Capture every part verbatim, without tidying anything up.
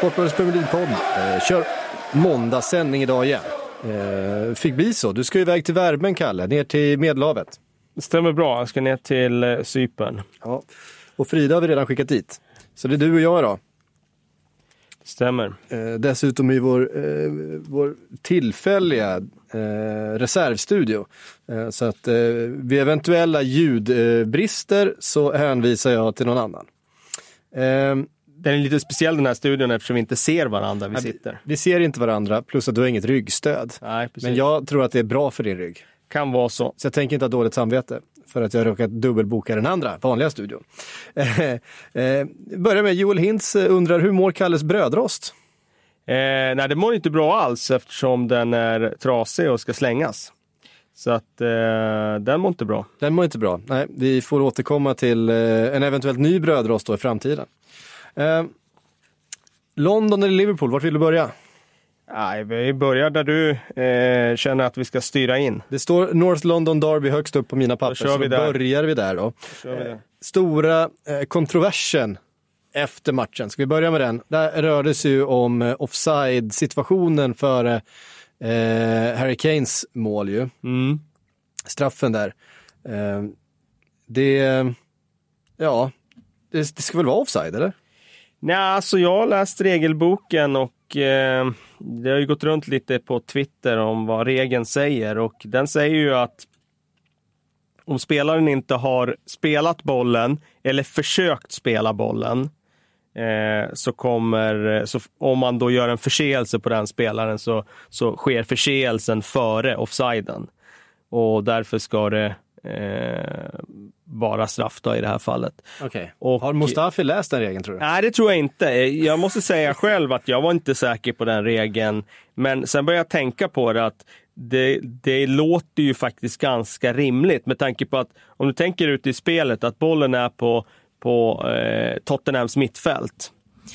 Sportbladets Premier League-podd eh, kör måndagssändning idag igen. Eh, fick bli så. Du ska iväg till värmen, Kalle, ner till Medelhavet. Det stämmer bra, jag ska ner till eh, Cypern. Ja. Och Frida har vi redan skickat dit. Så det är du och jag då. Stämmer. Eh, dessutom i vår, eh, vår tillfälliga eh, reservstudio. Eh, så att eh, vid eventuella ljudbrister eh, så hänvisar jag till någon annan. Eh, Den är lite speciell den här studion eftersom vi inte ser varandra, vi sitter. Vi, vi ser inte varandra, plus att du har inget ryggstöd. Nej, precis. Men jag tror att det är bra för din rygg. Kan vara så. Så jag tänker inte ha dåligt samvete för att jag har råkat dubbelboka den andra vanliga studion. Eh, eh, börjar med Joel Hintz undrar hur mår Kalles brödrost? Eh, nej, det mår inte bra alls eftersom den är trasig och ska slängas. Så att eh, den mår inte bra. Den mår inte bra. Nej, vi får återkomma till eh, en eventuellt ny brödrost då i framtiden. Eh, London eller Liverpool, vart vill du börja? Nej, vi börjar där du eh, känner att vi ska styra in. Det står North London Derby högst upp på mina papper, så vi börjar vi där då. Vi där. Eh, stora eh, kontroversen efter matchen, ska vi börja med den? Där rörde sig ju om eh, offside-situationen före eh, Harry Kanes mål ju. Mm. Straffen där. Eh, det, ja, det, det ska väl vara offside, eller? Nej, alltså jag har läst regelboken och eh, det har ju gått runt lite på Twitter om vad regeln säger. Och den säger ju att om spelaren inte har spelat bollen eller försökt spela bollen eh, så kommer, så om man då gör en förseelse på den spelaren så, så sker förseelsen före offsiden. Och därför ska det Eh, vara straff då i det här fallet. Okay. Och har Mustafi läst den regeln, tror du? Nej, det tror jag inte. Jag måste säga själv att jag var inte säker på den regeln. Men sen började jag tänka på det att det, det låter ju faktiskt ganska rimligt med tanke på att om du tänker ut i spelet att bollen är på, på eh, Tottenhams mittfält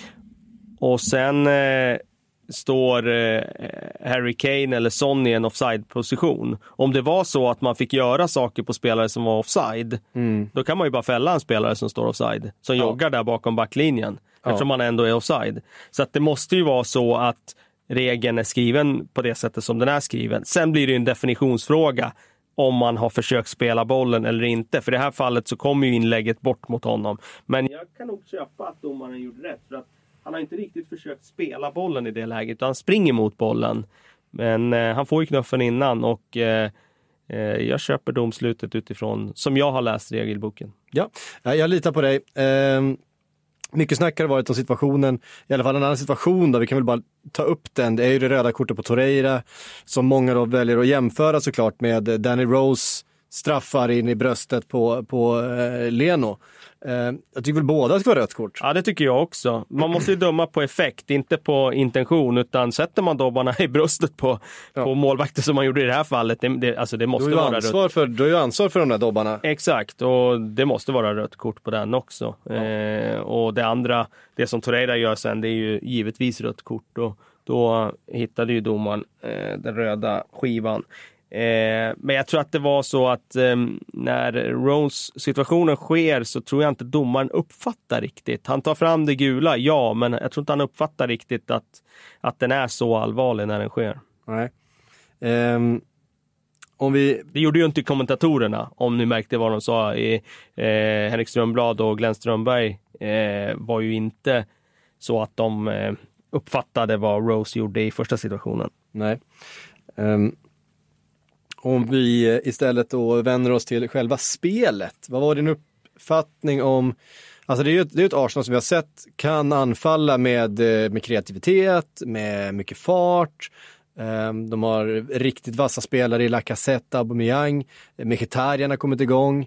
och sen eh, står eh, Harry Kane eller Son i en offside-position. Om det var så att man fick göra saker på spelare som var offside, mm. då kan man ju bara fälla en spelare som står offside, som ja. joggar där bakom backlinjen, ja. eftersom man ändå är offside. Så att det måste ju vara så att regeln är skriven på det sättet som den är skriven. Sen blir det en definitionsfråga om man har försökt spela bollen eller inte. För i det här fallet så kommer ju inlägget bort mot honom. Men jag kan nog köpa att domaren gjorde rätt, för att han har inte riktigt försökt spela bollen i det läget, utan han springer mot bollen. Men eh, han får ju knuffen innan och eh, eh, jag köper domslutet utifrån som jag har läst regelboken. Ja, jag litar på dig. Eh, mycket snack har varit om situationen, i alla fall en annan situation då, vi kan väl bara ta upp den. Det är ju det röda kortet på Torreira som många då väljer att jämföra såklart med Danny Rose straffar in i bröstet på, på eh, Leno. Eh, jag tycker väl båda ska vara rött kort. Ja, det tycker jag också. Man måste ju döma på effekt, inte på intention, utan sätter man dobbarna i bröstet på, ja. på målvakter som man gjorde i det här fallet, det, det, alltså det måste vara ansvar för, du har ju ansvar för de där dobbarna. Exakt, och det måste vara rött kort på den också. Ja. Eh, och det andra, det som Torreira gör sen, det är ju givetvis rött kort. Och då hittade ju domaren eh, den röda skivan. Eh, men jag tror att det var så att eh, när Rose-situationen sker så tror jag inte domaren uppfattar riktigt. Han tar fram det gula, ja, men jag tror inte han uppfattar riktigt att, att den är så allvarlig när den sker. Nej. Um, om vi... Det gjorde ju inte kommentatorerna, om ni märkte vad de sa. I, eh, Henrik Strömblad och Glenn Strömberg eh, var ju inte så att de eh, uppfattade vad Rose gjorde i första situationen. Nej. Um... Om vi istället då vänder oss till själva spelet. Vad var din uppfattning om... Alltså det är ju ett, det är ett Arsenal som vi har sett kan anfalla med, med kreativitet, med mycket fart. De har riktigt vassa spelare i Lacazette, Aubameyang. Mkhitaryan har kommit igång.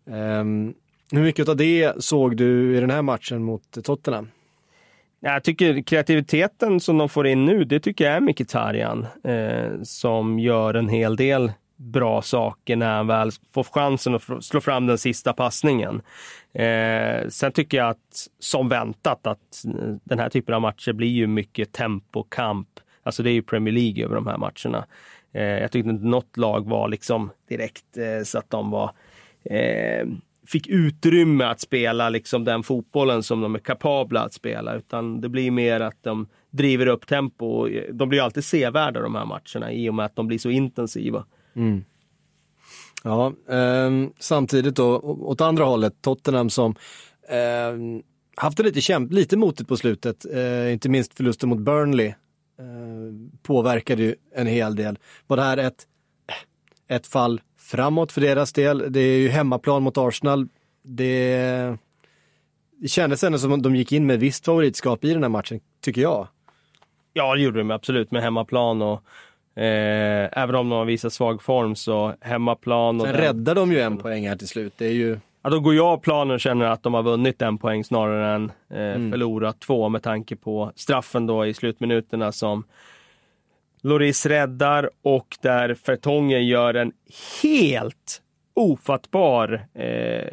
Hur mycket av det såg du i den här matchen mot Tottenham? Jag tycker kreativiteten som de får in nu, det tycker jag är Mkhitaryan eh, som gör en hel del bra saker när han väl får chansen att slå fram den sista passningen. Eh, sen tycker jag att som väntat att den här typen av matcher blir ju mycket tempo, kamp. Alltså det är ju Premier League över de här matcherna. Eh, jag tyckte inte något lag var liksom direkt eh, så att de var eh, fick utrymme att spela liksom den fotbollen som de är kapabla att spela, utan det blir mer att de driver upp tempo. De blir alltid sevärda de här matcherna i och med att de blir så intensiva. Mm. Ja, eh, samtidigt då åt andra hållet, Tottenham som eh, haft det lite kämp, lite motigt på slutet, eh, inte minst förlusten mot Burnley eh, påverkade ju en hel del. Var det här ett, ett fall framåt för deras del? Det är ju hemmaplan mot Arsenal. Det, det kändes ändå som att de gick in med visst favoritskap i den här matchen, tycker jag. Ja, det gjorde de absolut med hemmaplan och Eh, även om de har visat svag form så hemmaplan. Och sen den... räddar de ju en poäng här till slut. Det är ju... ja, då går jag av planen och känner att de har vunnit en poäng snarare än eh, mm. förlorat två, med tanke på straffen då i slutminuterna som Lloris räddar och där Vertonghen gör en helt ofattbar eh,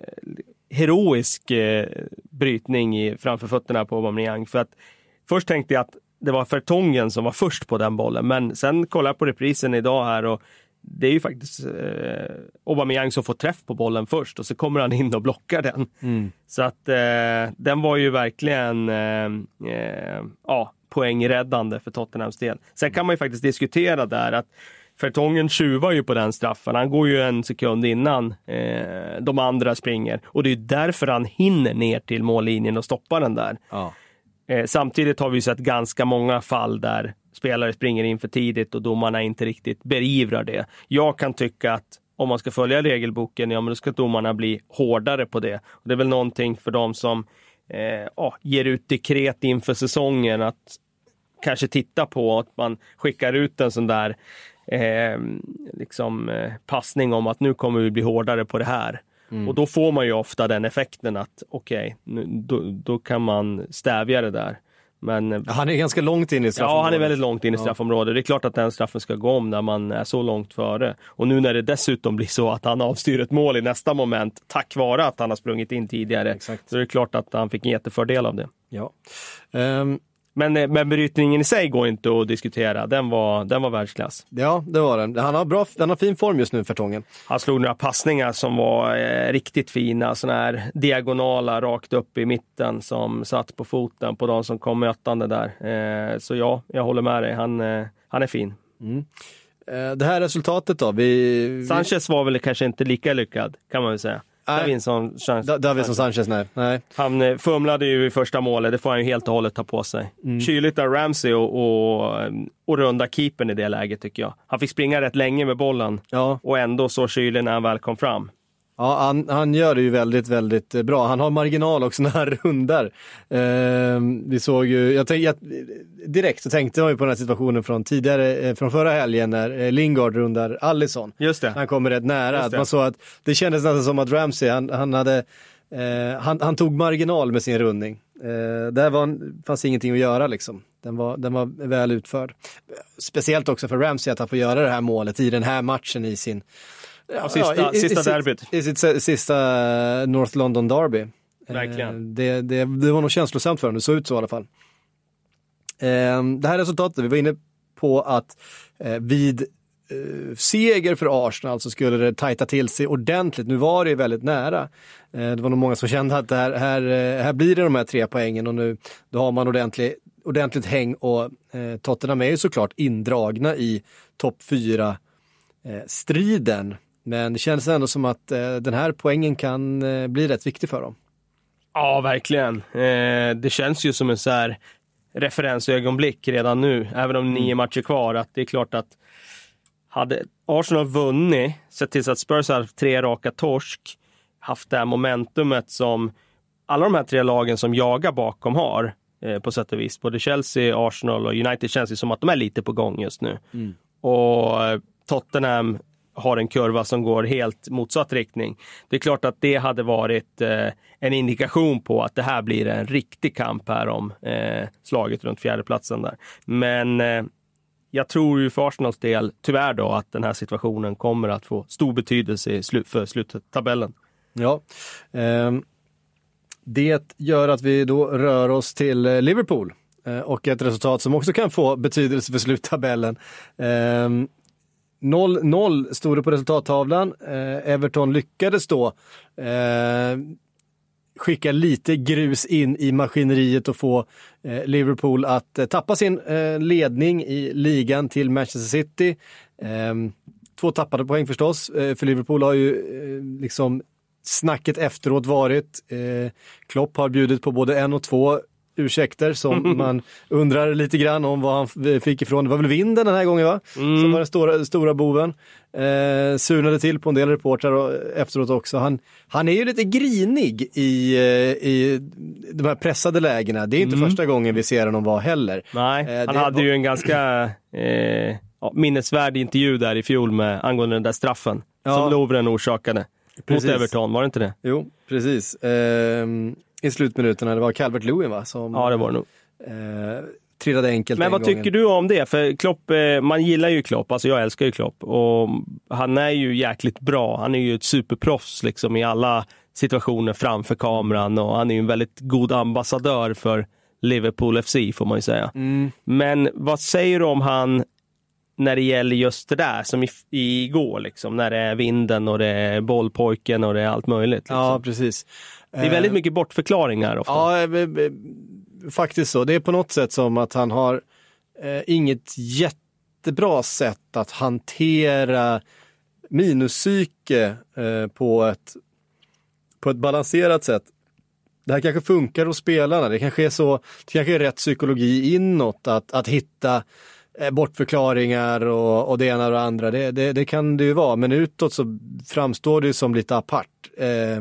heroisk eh, brytning i, framför fötterna på Aubameyang. För att först tänkte jag att det var Vertonghen som var först på den bollen, men sen kollar jag på reprisen idag här och det är ju faktiskt eh, Aubameyang som får träff på bollen först och så kommer han in och blockar den. Mm. Så att eh, den var ju verkligen eh, eh, ja, poängräddande för Tottenhams del. Sen kan man ju faktiskt diskutera där att Vertonghen tjuvar ju på den straffen. Han går ju en sekund innan eh, de andra springer och det är därför han hinner ner till mållinjen och stoppar den där. Ja. Eh, samtidigt har vi sett ganska många fall där spelare springer in för tidigt och domarna inte riktigt beivrar det. Jag kan tycka att om man ska följa regelboken, ja men då ska domarna bli hårdare på det. Och det är väl någonting för dem som eh, oh, ger ut dekret inför säsongen att kanske titta på att man skickar ut en sån där eh, liksom, eh, passning om att nu kommer vi bli hårdare på det här. Mm. Och då får man ju ofta den effekten att okej, okay, då, då kan man stävja det där. Men, ja, han är ganska långt in i straffområdet. Ja, han är väldigt långt in i straffområdet. Ja. Det är klart att den straffen ska gå om när man är så långt före. Och nu när det dessutom blir så att han avstyr ett mål i nästa moment tack vare att han har sprungit in tidigare. Exakt. Så det är klart att han fick en jättefördel av det. Ja. Um... Men, men brytningen i sig går inte att diskutera. Den var, den var världsklass. Ja, det var den. Han har, bra, han har fin form just nu, Vertonghen. Han slog några passningar som var eh, riktigt fina. Såna här diagonala rakt upp i mitten som satt på foten på de som kom mötande där. Eh, så ja, jag håller med dig. Han, eh, han är fin. Mm. Eh, det här resultatet då? Vi, vi... Sanchez var väl kanske inte lika lyckad, kan man väl säga. Davinson Sanchez. Davinson Sanchez, nej. nej. Han fumlade ju i första målet, det får han ju helt och hållet ta på sig. Mm. Kyligt av Ramsey och, och, och runda keepern i det läget tycker jag. Han fick springa rätt länge med bollen ja. Och ändå så kylig när han väl kom fram. Ja, han, han gör det ju väldigt, väldigt bra. Han har marginal också när han rundar. Eh, vi såg ju, jag tänk, jag, direkt så tänkte jag ju på den här situationen från tidigare, från förra helgen när Lingard rundar Alisson. Just det. Han kommer rätt nära. Att man såg att det kändes nästan som att Ramsey, han, han hade, eh, han, han tog marginal med sin rundning. Eh, där var, fanns ingenting att göra liksom. Den var, den var väl utförd. Speciellt också för Ramsey att han får göra det här målet i den här matchen i sin Ja, sista, ja, i, sista i, derbyt. I sitt sista North London derby. Verkligen. Det, det, det var nog känslosamt för honom, det såg ut så i alla fall. Det här resultatet, vi var inne på att vid seger för Arsenal så skulle det tajta till sig ordentligt. Nu var det väldigt nära. Det var nog många som kände att det här, här, här blir det de här tre poängen och nu då har man ordentligt, ordentligt häng och Tottenham är ju såklart indragna i topp fyra striden. Men det känns ändå som att eh, den här poängen kan eh, bli rätt viktig för dem. Ja, verkligen. Eh, det känns ju som en så här referensögonblick redan nu, även om nio matcher kvar, att det är klart att hade Arsenal vunnit, sett till så att Spurs har tre raka torsk, haft det här momentumet som alla de här tre lagen som jagar bakom har, eh, på sätt och vis. Både Chelsea, Arsenal och United känns ju som att de är lite på gång just nu. Mm. Och eh, Tottenham har en kurva som går helt motsatt riktning. Det är klart att det hade varit eh, en indikation på att det här blir en riktig kamp här om eh, slaget runt fjärdeplatsen där. Men eh, jag tror ju för Arsenals del tyvärr då att den här situationen kommer att få stor betydelse i slu- för sluttabellen. Ja, eh, det gör att vi då rör oss till Liverpool eh, och ett resultat som också kan få betydelse för sluttabellen. Eh, noll noll stod det på resultattavlan. Eh, Everton lyckades då eh, skicka lite grus in i maskineriet och få eh, Liverpool att eh, tappa sin eh, ledning i ligan till Manchester City. Eh, två tappade poäng förstås, eh, för Liverpool har ju eh, liksom snacket efteråt varit. Eh, Klopp har bjudit på både en och två ursäkter som man undrar lite grann om vad han fick ifrån. Det var väl vinden den här gången, va? Mm. Som var den stora, stora boven. Eh, surnade till på en del reportrar efteråt också. Han, han är ju lite grinig i, i de här pressade lägena. Det är inte mm. första gången vi ser honom vara heller. Nej, eh, han hade var... ju en ganska eh, ja, minnesvärd intervju där i fjol med angående den där straffen ja. som Lovren orsakade. Precis. Mot Everton, var det inte det? Jo, precis. Eh, I slutminuterna, det var Calvert-Lewin, va? Som, ja, det var det nog. Eh, trillade enkelt. Men vad gången. tycker du om det? För Klopp, eh, man gillar ju Klopp, alltså jag älskar ju Klopp. Och han är ju jäkligt bra. Han är ju ett superproffs liksom i alla situationer framför kameran. Och han är ju en väldigt god ambassadör för Liverpool F C, får man ju säga. Mm. Men vad säger du om han när det gäller just det där som i, i igår liksom, när det är vinden och det är bollpojken och det är allt möjligt liksom. Ja, precis. Det är väldigt mycket bortförklaringar ofta. Ja, faktiskt så. Det är på något sätt som att han har eh, inget jättebra sätt att hantera minuspsyke eh, på ett på ett balanserat sätt. Det här kanske funkar hos spelarna. Det kanske är så, det kanske är rätt psykologi inåt att, att hitta bortförklaringar och, och det ena och det andra. Det, det, det kan det ju vara, men utåt så framstår det ju som lite apart. Eh,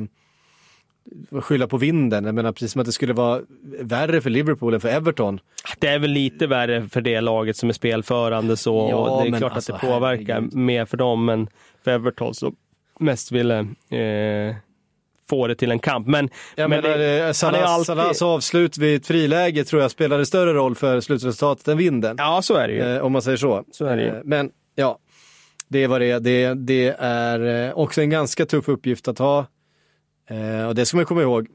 skylla på vinden. Jag menar, precis som att det skulle vara värre för Liverpool än för Everton. Det är väl lite värre för det laget som är spelförande så. Ja, och det är klart alltså, att det påverkar herregud. mer för dem, men för Everton så mest ville eh, få det till en kamp. Men, jag men menar, det, Salah, alltid... Salahs avslut vid ett friläge tror jag spelade större roll för slutresultatet än vinden. Ja, så är det ju. Eh, om man säger så. Så är det ju. Eh, men ja, det är vad det är. Det, det är eh, också en ganska tuff uppgift att ha. Eh, och det ska man komma ihåg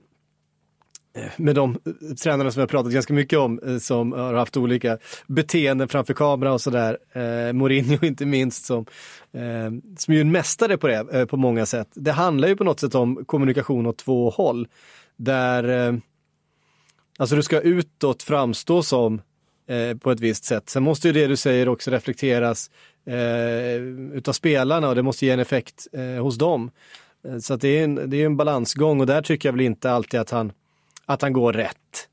med de tränarna som jag har pratat ganska mycket om, eh, som har haft olika beteenden framför kamera och sådär. Eh, Mourinho inte minst, som, eh, som är ju en mästare på det eh, på många sätt. Det handlar ju på något sätt om kommunikation åt två håll. Där eh, alltså du ska utåt framstå som eh, på ett visst sätt. Sen måste ju det du säger också reflekteras eh, utav spelarna, och det måste ge en effekt eh, hos dem. Så att det är en, det är en balansgång, och där tycker jag väl inte alltid att han, att han går rätt,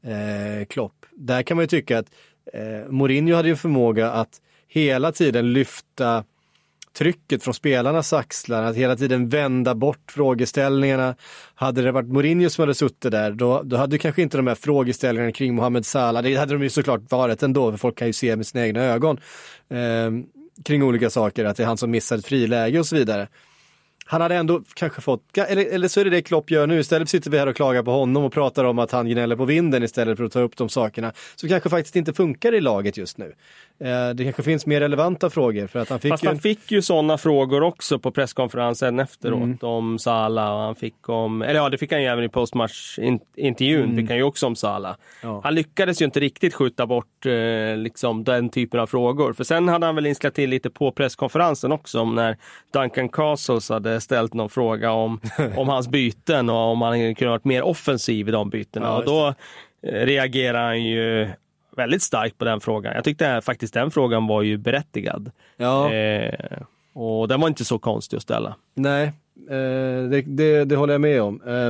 eh, Klopp. Där kan man ju tycka att eh, Mourinho hade ju förmåga att hela tiden lyfta trycket från spelarnas axlar, att hela tiden vända bort frågeställningarna. Hade det varit Mourinho som hade suttit där, då, då hade kanske inte de här frågeställningarna kring Mohamed Salah, det hade de ju såklart varit ändå, för folk kan ju se med sina egna ögon eh, kring olika saker, att det är han som missade ett friläge och så vidare. Han hade ändå kanske fått, eller, eller så är det det Klopp gör nu, istället sitter vi här och klagar på honom och pratar om att han gnäller på vinden istället för att ta upp de sakerna, så kanske faktiskt inte funkar i laget just nu. Eh, det kanske finns mer relevanta frågor, för att han fick Fast ju... han fick ju sådana frågor också på presskonferensen efteråt, mm. om Salah, och han fick om, eller ja, det fick han ju även i postmatch-intervjun, mm. fick han ju också om Salah. Ja. Han lyckades ju inte riktigt skjuta bort eh, liksom den typen av frågor, för sen hade han väl inskat till lite på presskonferensen också, om när Duncan Castles hade ställt någon fråga om, om hans byten och om han kunde varit mer offensiv i de bytena, ja, och då reagerar han ju väldigt starkt på den frågan. Jag tyckte faktiskt den frågan var ju berättigad. Ja. Eh, och den var inte så konstig att ställa. Nej, eh, det, det, det håller jag med om. Eh,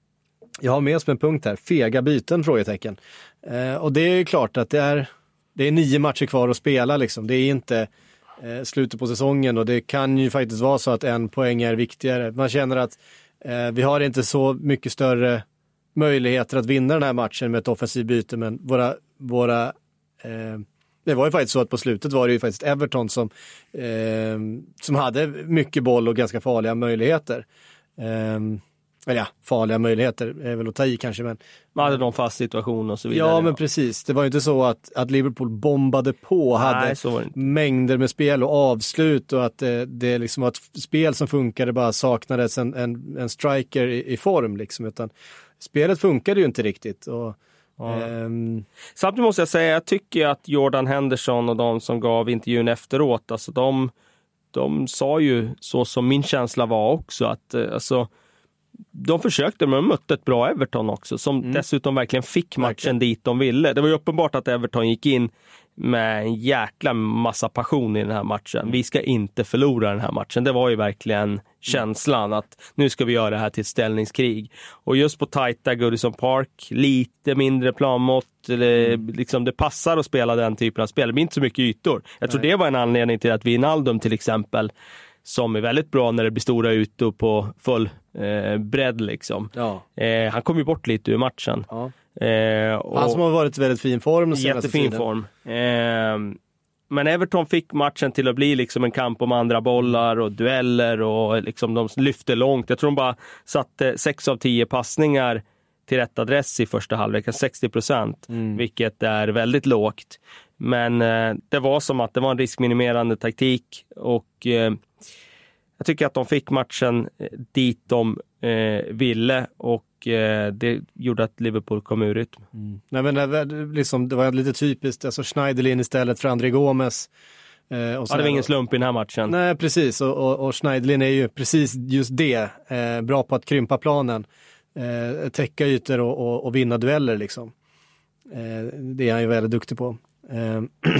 jag har med som en punkt här, fega byten, frågetecken. Eh, och det är klart att det är, det är nio matcher kvar att spela liksom. Det är inte eh, slutet på säsongen, och det kan ju faktiskt vara så att en poäng är viktigare. Man känner att eh, vi har inte så mycket större möjligheter att vinna den här matchen med ett offensivt byte, men våra, våra eh, det var ju faktiskt så att på slutet var det ju faktiskt Everton som, eh, som hade mycket boll och ganska farliga möjligheter. Eh, eller ja, farliga möjligheter är väl att ta i kanske, men man hade de fast situation och så vidare. Ja, men ja. precis. Det var ju inte så att, att Liverpool bombade på, hade Nej, mängder med spel och avslut, och att det, det liksom var ett spel som funkade, bara saknades en, en, en striker i, i form liksom, utan spelet funkade ju inte riktigt. Och, ja. ehm... Samtidigt måste jag säga, jag tycker att Jordan Henderson och de som gav intervjun efteråt, alltså de de sa ju så som min känsla var också att eh, alltså, de försökte, men de mötte ett bra Everton också som mm. dessutom verkligen fick matchen verkligen dit de ville. Det var ju uppenbart att Everton gick in med en jäkla massa passion i den här matchen. Vi ska inte förlora den här matchen. Det var ju verkligen känslan att nu ska vi göra det här till ett ställningskrig. Och just på tajta Goodison Park, lite mindre planmått, eller, liksom det passar att spela den typen av spel. Det blir inte så mycket ytor. Jag tror Nej. det var en anledning till att Wijnaldum till exempel, som är väldigt bra när det blir stora ytor på full eh, bredd liksom. Ja. Eh, han kom ju bort lite ur matchen. Ja. Eh, och han som har varit i väldigt fin form. Jättefin form. Eh, men Everton fick matchen till att bli liksom en kamp om andra bollar och dueller och liksom de lyfte långt. Jag tror de bara satte sex av tio passningar till rätt adress i första halvlek, sextio procent, mm. vilket är väldigt lågt. Men eh, det var som att det var en riskminimerande taktik och eh, jag tycker att de fick matchen dit de eh, ville och eh, det gjorde att Liverpool kom ur rytm. Mm. Nej, men det, liksom, det var lite typiskt, alltså Schneiderlin istället för André Gomes. Eh, och så ja, det var ingen slump i den här matchen. Nej, precis. Och, och, och Schneiderlin är ju precis just det. Eh, bra på att krympa planen. Eh, täcka ytor och, och, och vinna dueller liksom. Eh, det är han ju väldigt duktig på. Eh,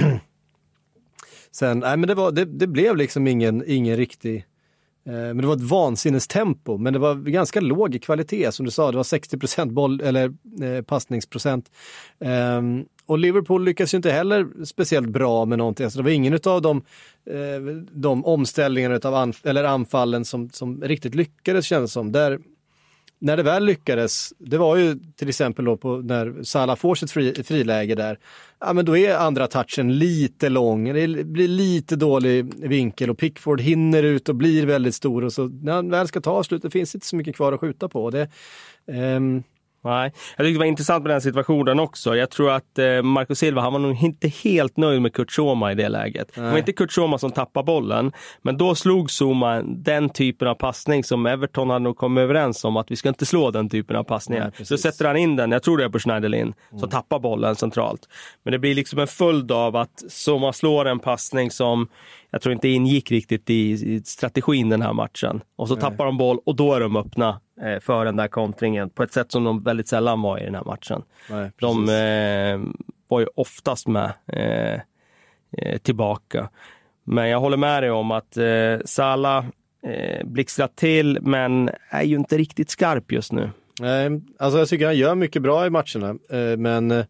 Sen, nej men det, var, det, det blev liksom ingen, ingen riktig... Men det var ett vansinnestempo, men det var ganska låg i kvalitet som du sa, det var sextio procent boll eller eh, passningsprocent. Um, och Liverpool lyckas ju inte heller speciellt bra med någonting, så det var ingen av de, eh, de omställningarna utav anf- eller anfallen som, som riktigt lyckades, känns som. Där, när det väl lyckades, det var ju till exempel då på när Salah får sitt fri, friläge där, ja men då är andra touchen lite lång, det blir lite dålig vinkel och Pickford hinner ut och blir väldigt stor och så när han väl ska ta slutet finns inte så mycket kvar att skjuta på. Det, um... Nej, jag tycker det var intressant med den situationen också. Jag tror att eh, Marco Silva, han var nog inte helt nöjd med Kurt Zouma i det läget. Nej. Det var inte Kurt Zouma som tappade bollen, men då slog Zouma den typen av passning som Everton hade nog kommit överens om att vi ska inte slå den typen av passningar. Nej, så sätter han in den, jag tror det är på Schneiderlin, mm. som tappar bollen centralt. Men det blir liksom en följd av att Zouma slår en passning som jag tror inte ingick riktigt i, i strategin den här matchen. Och så Nej. tappar de boll och då är de öppna eh, för den där kontringen på ett sätt som de väldigt sällan var i den här matchen. Nej, de eh, var ju oftast med eh, eh, tillbaka. Men jag håller med dig om att eh, Salah eh, blixtrar till men är ju inte riktigt skarp just nu. Nej, alltså jag tycker han gör mycket bra i matcherna. Eh, men... Eh...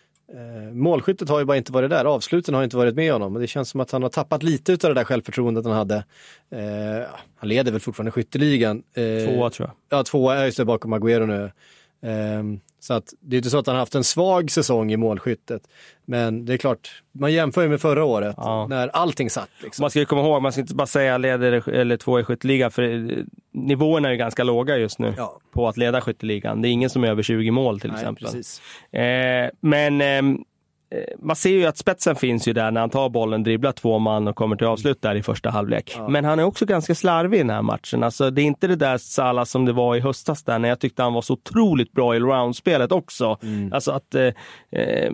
Eh, målskyttet har ju bara inte varit där, avsluten har inte varit med honom, men det känns som att han har tappat lite av det där självförtroendet han hade. Eh, han leder väl fortfarande skytteligan. Eh, tvåa tror jag. Ja, tvåa är just det bakom Agüero nu. Eh, så att det är inte så att han har haft en svag säsong i målskyttet, men det är klart, man jämför ju med förra året ja. när allting satt. Liksom. Man ska ju komma ihåg, man ska inte bara säga leder eller två i skytteligan, för nivåerna är ju ganska låga just nu ja. på att leda skytteligan. Det är ingen som är över tjugo mål till Nej, exempel. Precis. Eh, men eh, man ser ju att spetsen finns ju där när han tar bollen, dribblar två man och kommer till avslut där i första halvlek. Ja. Men han är också ganska slarvig i den här matchen. Alltså, det är inte det där Salah som det var i höstas där när jag tyckte han var så otroligt bra i roundspelet också. Mm. Alltså att eh, eh,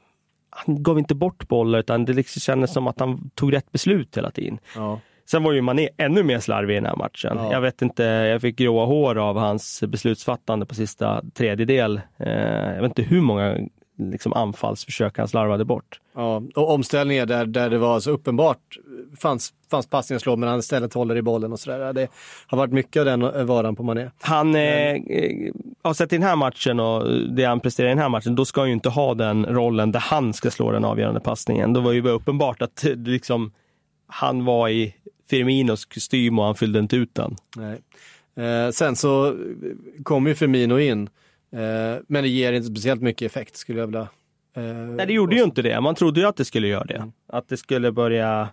han gav inte bort bollen utan det liksom kändes som att han tog rätt beslut hela tiden. Ja. Sen var ju Mané ännu mer slarvig i den här matchen. Ja. Jag vet inte, jag fick gråa hår av hans beslutsfattande på sista tredjedel. Eh, jag vet inte hur många liksom anfallsförsök han slarvade bort. Ja, och omställningar där, där det var så uppenbart fanns, fanns passningar slå men han istället håller i bollen och sådär. Det har varit mycket av den varan på Mané. Han eh, har sett i den här matchen och det han presterar i den här matchen, då ska han ju inte ha den rollen där han ska slå den avgörande passningen. Då var ju uppenbart att liksom, han var i Firminos kostym och han fyllde inte ut den. Nej. Eh, sen så kom ju Firmino in. Eh, men det ger inte speciellt mycket effekt skulle jag vilja. Eh, Nej, det gjorde ju inte det. Man trodde ju att det skulle göra det. Mm. Att det skulle börja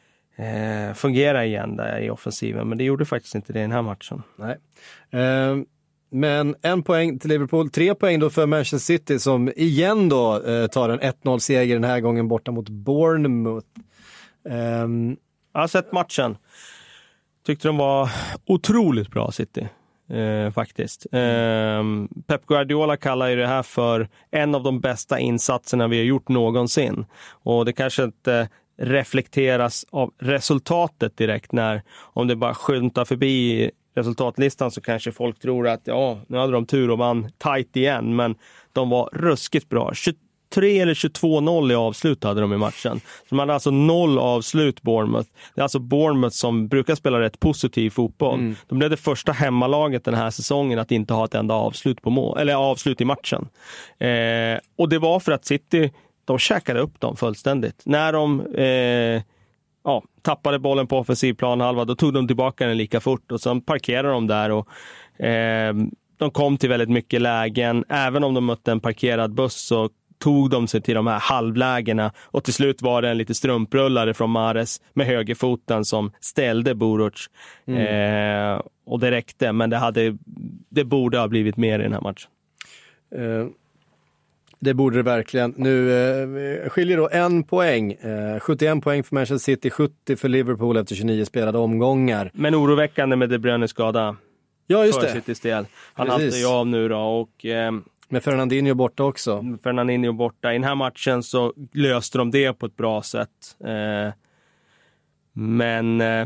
eh, fungera igen där i offensiven. Men det gjorde faktiskt inte det i den här matchen. Nej. Eh, men en poäng till Liverpool. Tre poäng då för Manchester City som igen då eh, tar en ett noll-seger den här gången borta mot Bournemouth. Eh, jag har sett matchen. Tyckte de var otroligt bra, City. Eh, faktiskt. Eh, Pep Guardiola kallar ju det här för en av de bästa insatserna vi har gjort någonsin. Och det kanske inte reflekteras av resultatet direkt. När om det bara skymtar förbi resultatlistan så kanske folk tror att ja, nu hade de tur och vann tight igen, men de var ruskigt bra. tjugotre eller tjugotvå noll i avslut hade de i matchen. Så de hade alltså noll avslut Bournemouth. Det är alltså Bournemouth som brukar spela rätt positiv fotboll. Mm. De blev det första hemmalaget den här säsongen att inte ha ett enda avslut på mål, eller avslut i matchen. Eh, och det var för att City, de käkade upp dem fullständigt. När de eh, ja, tappade bollen på offensiv planhalva, då tog de tillbaka den lika fort och sen parkerade de där och eh, de kom till väldigt mycket lägen. Även om de mötte en parkerad buss så tog de sig till de här halvlägena och till slut var det en lite strumprullare från Mahrez med högerfoten som ställde Boruc. Mm. Eh, och det räckte, men det, hade, det borde ha blivit mer i den här matchen. Uh. Det borde det verkligen. Nu eh, skiljer då en poäng. Eh, sjuttioen poäng för Manchester City, sjuttio för Liverpool efter tjugonio spelade omgångar. Men oroväckande med De Bruyne skada. Ja, just det. Citys del. Han hade ju av nu då. Och, eh, med Fernandinho borta också. Fernandinho borta. I den här matchen så löste de det på ett bra sätt. Eh, men eh,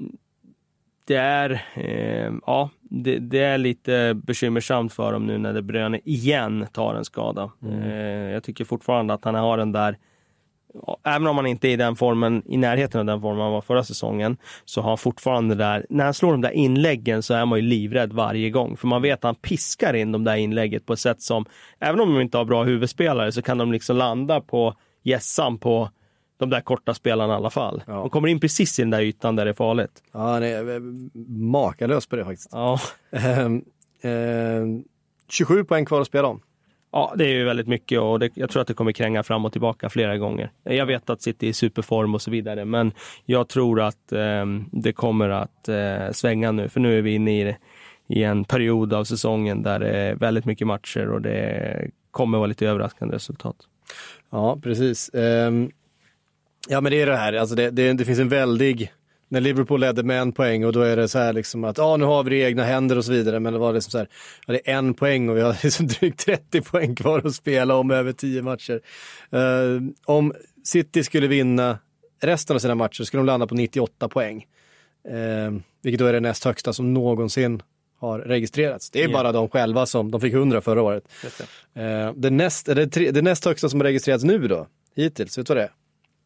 det är eh, ja, det, det är lite bekymmersamt för dem nu när De Bruyne igen tar en skada. Mm. Eh, jag tycker fortfarande att han har den där, även om han inte är i den formen, i närheten av den formen han var förra säsongen, så har han fortfarande där, när han slår de där inläggen så är man ju livrädd varje gång, för man vet att han piskar in de där inlägget på ett sätt som, även om de inte har bra huvudspelare, så kan de liksom landa på gässan på de där korta spelarna i alla fall. Ja. De kommer in precis i den där ytan där det är farligt. Ja, han är makalös på det faktiskt. Ja. ehm, ehm, tjugosju poäng kvar att spela om. Ja, det är ju väldigt mycket och det, jag tror att det kommer kränga fram och tillbaka flera gånger. Jag vet att City är i superform och så vidare, men jag tror att eh, det kommer att eh, svänga nu, för nu är vi inne i, i en period av säsongen där det är väldigt mycket matcher och det kommer vara lite överraskande resultat. Ja, precis. Um... Ja, men det är det här, alltså det, det, det finns en väldig, när Liverpool ledde med en poäng och då är det så här liksom att ja, nu har vi det i egna händer och så vidare, men det var liksom så här, ja, det är en poäng och vi har liksom drygt trettio poäng kvar att spela om över tio matcher. Uh, om City skulle vinna resten av sina matcher skulle de landa på nittioåtta poäng, uh, vilket då är det näst högsta som någonsin har registrerats. Det är yeah. bara de själva som, de fick hundra förra året. Just det. Uh, det, näst, det, tre, det näst högsta som har registrerats nu då, hittills, vet du vad det är?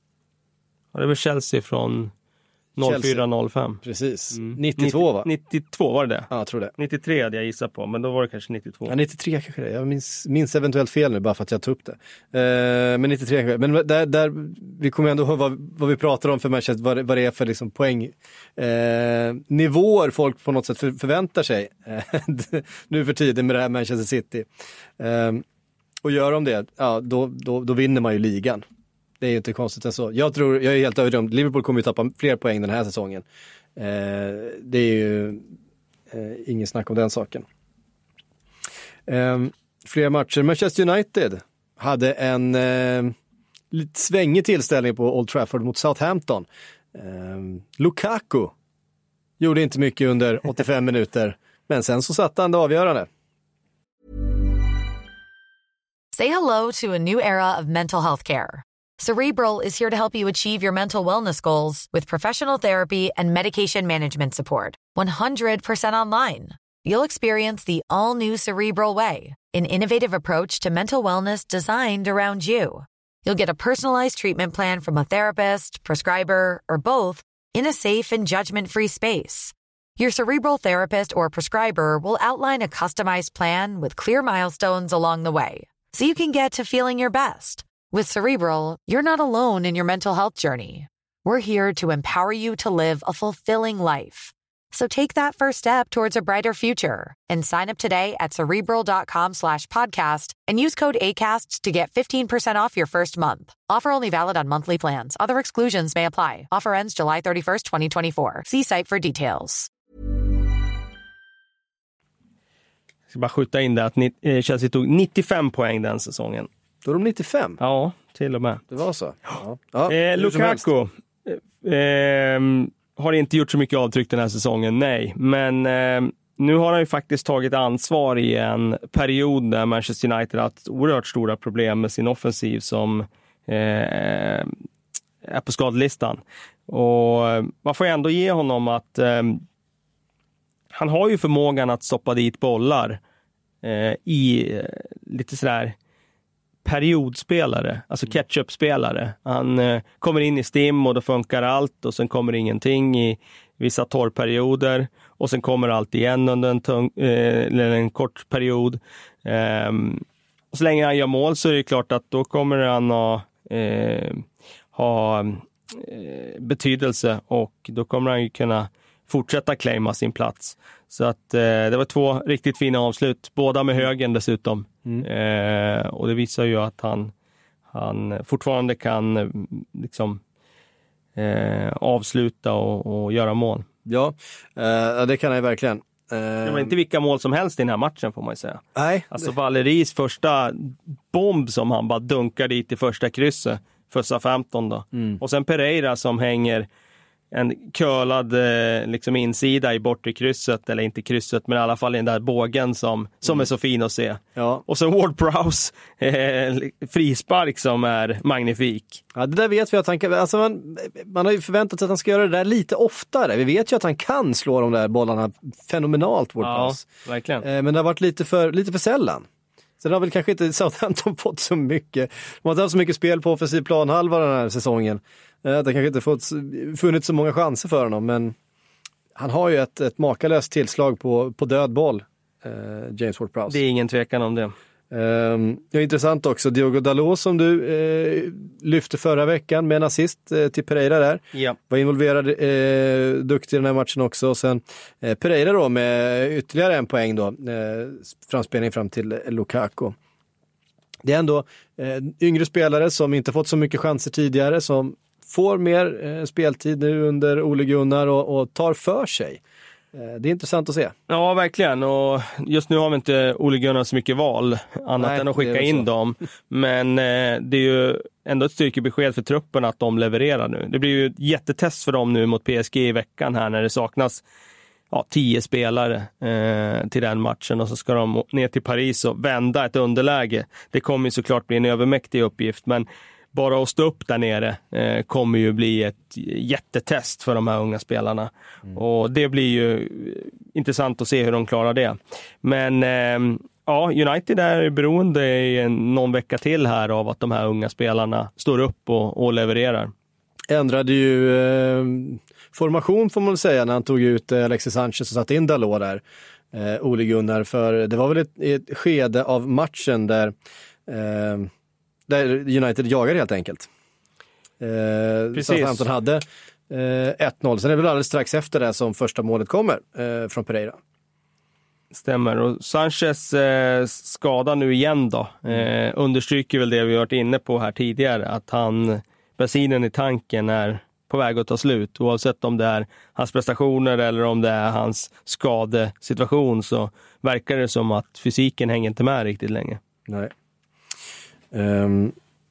Ja, det var Chelsea från noll fyra noll fem. Precis. Mm. nittiotvå va? nittiotvå var det det? Ja, jag tror det. nittiotre hade jag gissat på, men då var det kanske nittiotvå. Ja, nittiotre kanske det. Jag minns, minns eventuellt fel nu bara för att jag tog upp det. Uh, men nittiotre kanske. Men där, där vi kommer ändå ihåg vad, vad vi pratar om för Manchester, vad, vad det är för liksom poäng uh, nivåer folk på något sätt för, förväntar sig uh, nu för tiden med det här Manchester City. Uh, och gör de det, ja, då, då, då vinner man ju ligan. Det är ju inte konstigt än så. Jag tror, jag är helt övertygad om Liverpool kommer ju tappa fler poäng den här säsongen. Eh, det är ju eh, ingen snack om den saken. Eh, fler matcher. Manchester United hade en eh, lite svängig tillställning på Old Trafford mot Southampton. Eh, Lukaku gjorde inte mycket under åttiofem minuter, men sen så satte han det avgörande. Say hello to a new era of mental health care. Cerebral is here to help you achieve your mental wellness goals with professional therapy and medication management support. one hundred percent online. You'll experience the all-new Cerebral Way, an innovative approach to mental wellness designed around you. You'll get a personalized treatment plan from a therapist, prescriber, or both in a safe and judgment-free space. Your Cerebral therapist or prescriber will outline a customized plan with clear milestones along the way, so you can get to feeling your best. With Cerebral, you're not alone in your mental health journey. We're here to empower you to live a fulfilling life. So take that first step towards a brighter future and sign up today at Cerebral.com slash podcast and use code ACAST to get fifteen percent off your first month. Offer only valid on monthly plans. Other exclusions may apply. Offer ends July thirty-first, twenty twenty-four. See site for details. Jag ska bara skjuta in det att Chelsea tog nittiofem poäng den säsongen. Då är de nittiofem? Ja, till och med. Det var så? Ja. Ja, eh, Lukaku eh, har inte gjort så mycket avtryck den här säsongen, nej. Men eh, nu har han ju faktiskt tagit ansvar i en period där Manchester United har haft oerhört stora problem med sin offensiv som eh, är på skadelistan. Och man får ändå ge honom att eh, han har ju förmågan att stoppa dit bollar eh, i eh, lite sådär periodspelare, alltså catch-up-spelare. Han eh, kommer in i stim och då funkar allt och sen kommer ingenting i vissa torrperioder och sen kommer allt igen under en, tung, eh, eller en kort period. Eh, och så länge han gör mål så är det klart att då kommer han att eh, ha eh, betydelse och då kommer han ju kunna fortsätta claima sin plats. Så att eh, det var två riktigt fina avslut, båda med högen dessutom. Mm. Eh, och det visar ju att han, han fortfarande kan eh, liksom eh, avsluta och, och göra mål. Ja, eh, det kan han verkliligen. Eh, det var inte vilka mål som helst i den här matchen får man ju säga. Nej. Alltså Valeries första bomb som han bara dunkar dit i första krysset för Southampton då. Mm. Och sen Pereira som hänger en curlad eh, liksom insida i bortre krysset, eller inte krysset, men i alla fall i den där bågen som, som mm. är så fin att se. Ja. Och så Ward-Prowse eh, frispark som är magnifik. Ja, det där vet vi att han kan, alltså man, man har ju förväntat sig att han ska göra det där lite oftare. Vi vet ju att han kan slå de där bollarna fenomenalt, Ward-Prowse. Ja, verkligen. Eh, men det har varit lite för, lite för sällan. Så det har väl kanske inte Southampton fått så mycket. De har inte haft så mycket spel på offensiv planhalva den här säsongen. Det har kanske inte fått, funnits så många chanser för honom, men han har ju ett, ett makalöst tillslag på, på död boll, eh, James Ward-Prowse. Det är ingen tvekan om det. Um, det är intressant också, Diogo Dalot som du eh, lyfte förra veckan med en assist eh, till Pereira där. Ja. Var involverad, eh, duktig i den här matchen också. Och sen eh, Pereira då med ytterligare en poäng då, eh, framspelning fram till Lukaku. Det är ändå eh, yngre spelare som inte fått så mycket chanser tidigare, som får mer eh, speltid nu under Ole Gunnar och, och tar för sig. Eh, det är intressant att se. Ja, verkligen. Och just nu har vi inte Ole Gunnar så mycket val annat Nej, än att skicka in dem. Men eh, det är ju ändå ett styrkebesked för truppen att de levererar nu. Det blir ju ett jättetest för dem nu mot P S G i veckan här när det saknas ja, tio spelare eh, till den matchen, och så ska de ner till Paris och vända ett underläge. Det kommer ju såklart bli en övermäktig uppgift, men bara att stå upp där nere eh, kommer ju bli ett jättetest för de här unga spelarna. Mm. Och det blir ju intressant att se hur de klarar det. Men eh, ja, United är beroende i någon vecka till här av att de här unga spelarna står upp och, och levererar. Ändrade ju eh, formation får man säga när han tog ut eh, Alexis Sanchez och satte in Dalot där, eh, Ole Gunnar, för det var väl ett, ett skede av matchen där eh, där United jagar helt enkelt. Eh, Southampton hade eh, ett noll. Sen är det väl alldeles strax efter det som första målet kommer eh, från Pereira. Stämmer. Och Sanchez eh, skada nu igen då. Eh, understryker väl det vi har varit inne på här tidigare. Att han, bensinen i tanken är på väg att ta slut. Oavsett om det är hans prestationer eller om det är hans skadesituation, så verkar det som att fysiken hänger inte med riktigt länge. Nej. Um,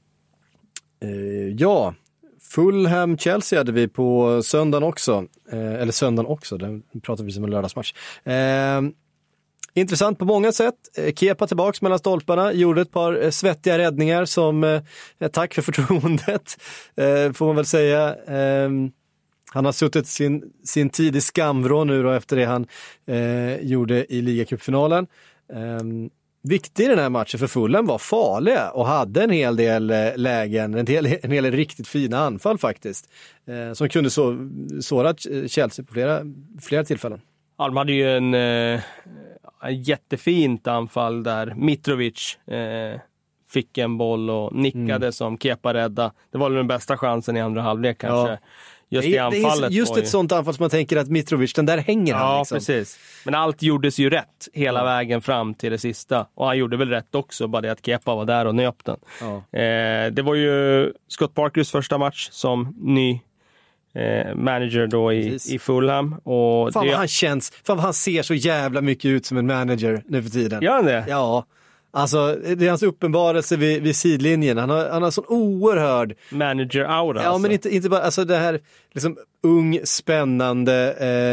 uh, ja, Fulham-Chelsea hade vi på söndagen också. Uh, eller söndagen också, det pratar vi som en lördagsmatch. Uh, intressant på många sätt. Uh, Kepa tillbaks mellan stolparna, gjorde ett par uh, svettiga räddningar som uh, tack för förtroendet, uh, får man väl säga. Uh, han har suttit sin, sin tid i skamvrå nu då efter det han uh, gjorde i ligacupfinalen. Um, Viktig i den här matchen för Fulham var farliga och hade en hel del lägen, en hel, en hel riktigt fina anfall faktiskt, eh, som kunde så, såra Chelsea på flera, flera tillfällen. Ja, de hade ju en, eh, en jättefint anfall där Mitrovic eh, fick en boll och nickade mm. som Kepa rädda. Det var väl den bästa chansen i andra halvlek kanske. Ja. Just det, anfallet just ett ju... sånt anfall som man tänker att Mitrovic, den där hänger ja, han liksom. Precis. Men allt gjordes ju rätt hela ja. vägen fram till det sista. Och han gjorde väl rätt också, bara det att Kepa var där och nöp den. Ja. Eh, det var ju Scott Parkers första match som ny eh, manager då i, i Fulham. Och fan det... vad han känns, fan vad han ser så jävla mycket ut som en manager nu för tiden. Gör han det? Ja. Alltså, det är hans uppenbarelse vid, vid sidlinjen. Han har, han har sån oerhörd manager-aura. Ja, alltså. men inte, inte bara, alltså det här liksom ung, spännande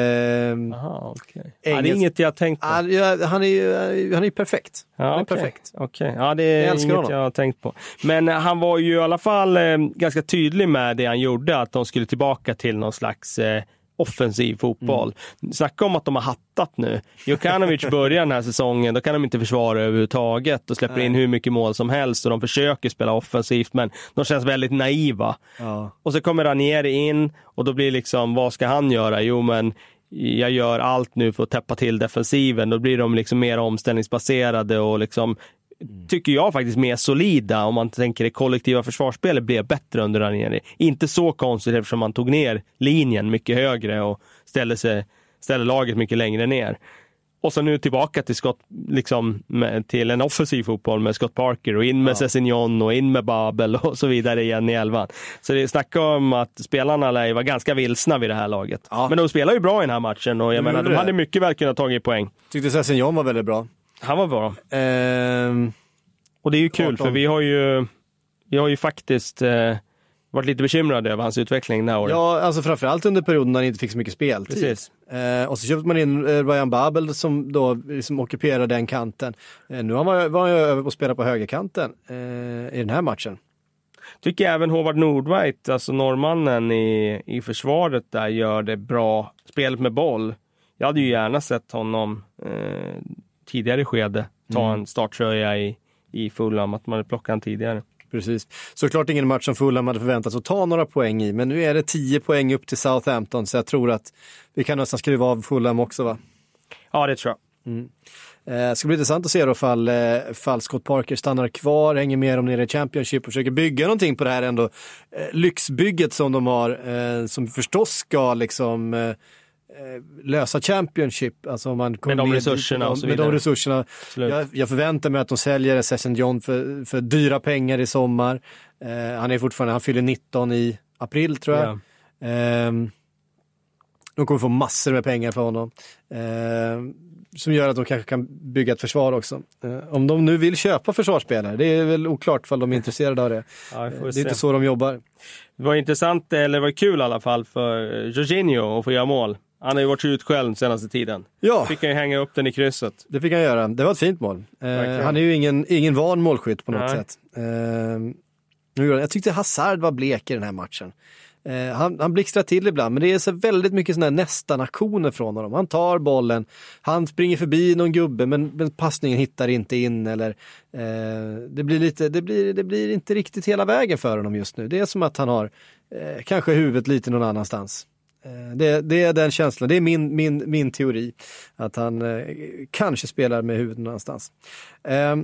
eh, Aha, okay. ja, det är inget jag har tänkt på. Ah, ja, han är ju han är perfekt. Ja, han är okay. perfekt. Okej, okay. Ja, det är jag inget honom. jag har tänkt på. Men han var ju i alla fall eh, ganska tydlig med det han gjorde, att de skulle tillbaka till någon slags eh, offensiv fotboll. Mm. Snacka om att de har hattat nu. Jokanovic börjar den här säsongen, då kan de inte försvara överhuvudtaget och släpper Nej. in hur mycket mål som helst och de försöker spela offensivt, men de känns väldigt naiva. Ja. Och så kommer Ranieri in och då blir liksom, vad ska han göra? Jo, men jag gör allt nu för att täppa till defensiven. Då blir de liksom mer omställningsbaserade och liksom Mm. tycker jag faktiskt mer solida, om man tänker det kollektiva försvarsspelet blev bättre under Ranieri. Inte så konstigt eftersom man tog ner linjen mycket högre och ställde, sig, ställde laget mycket längre ner. Och så nu tillbaka till Scott, liksom, med, till en offensiv fotboll med Scott Parker och in med ja. Sessignon och in med Babel och så vidare igen i elvan. Så det snackar om att spelarna lär vara ganska vilsna vid det här laget. Ja. Men de spelar ju bra i den här matchen och jag menar, de hade mycket väl kunnat ta poäng. Tyckte Sessignon var väldigt bra. Han var bra. Ehm, och det är ju kul för vi har ju vi har ju faktiskt eh, varit lite bekymrade över hans utveckling det här året. Ja, alltså framförallt under perioden när han inte fick så mycket speltid. Precis. Eh, och så köpte man in eh, Ryan Babel som då liksom ockuperar den kanten. Eh, nu har man, var han ju över på att spela på högerkanten eh, i den här matchen. Tycker även Håvard Nordveit, alltså norrmannen i, i försvaret där, gör det bra. Spelet med boll. Jag hade ju gärna sett honom eh, tidigare skede ta mm. en starttröja i, i Fulham, att man hade plockat han tidigare. Precis. Såklart ingen match som Fulham hade förväntats att ta några poäng i, men nu är det tio poäng upp till Southampton, så jag tror att vi kan nästan skriva av Fulham också, va? Ja, det tror jag. Mm. Eh, ska bli intressant att se då fall, eh, fall Scott Parker stannar kvar, hänger med dem nere i Championship och försöker bygga någonting på det här ändå eh, lyxbygget som de har, eh, som förstås ska liksom eh, lösa Championship, alltså om man med de med, resurserna och så med de resurserna. Jag, jag förväntar mig att de säljer Sessignon för, för dyra pengar i sommar. Eh, han är fortfarande, han fyller nitton i april tror jag. Ja. Eh, de kommer få massor med pengar för honom. Eh, som gör att de kanske kan bygga ett försvar också. Eh, om de nu vill köpa försvarsspelare, det är väl oklart för de är intresserade av det. Ja, det är se. Inte så de jobbar. Det var intressant, eller det var kul i alla fall för Jorginho att få göra mål. Han har ju varit utskälld senaste tiden. Ja. Fick han ju hänga upp den i krysset. Det fick han göra. Det var ett fint mål. Eh, han är ju ingen, ingen van målskytt på något Nej. sätt. Eh, jag tyckte Hazard var blek i den här matchen. Eh, han, han blixtrar till ibland, men det är så väldigt mycket såna här nästan aktioner från honom. Han tar bollen, han springer förbi någon gubbe, men, men passningen hittar inte in. Eller, eh, det, blir lite, det, blir, det blir inte riktigt hela vägen för honom just nu. Det är som att han har eh, kanske huvudet lite någon annanstans. Det, det är den känslan, det är min, min, min teori att han eh, kanske spelar med huvudet någonstans. Eh,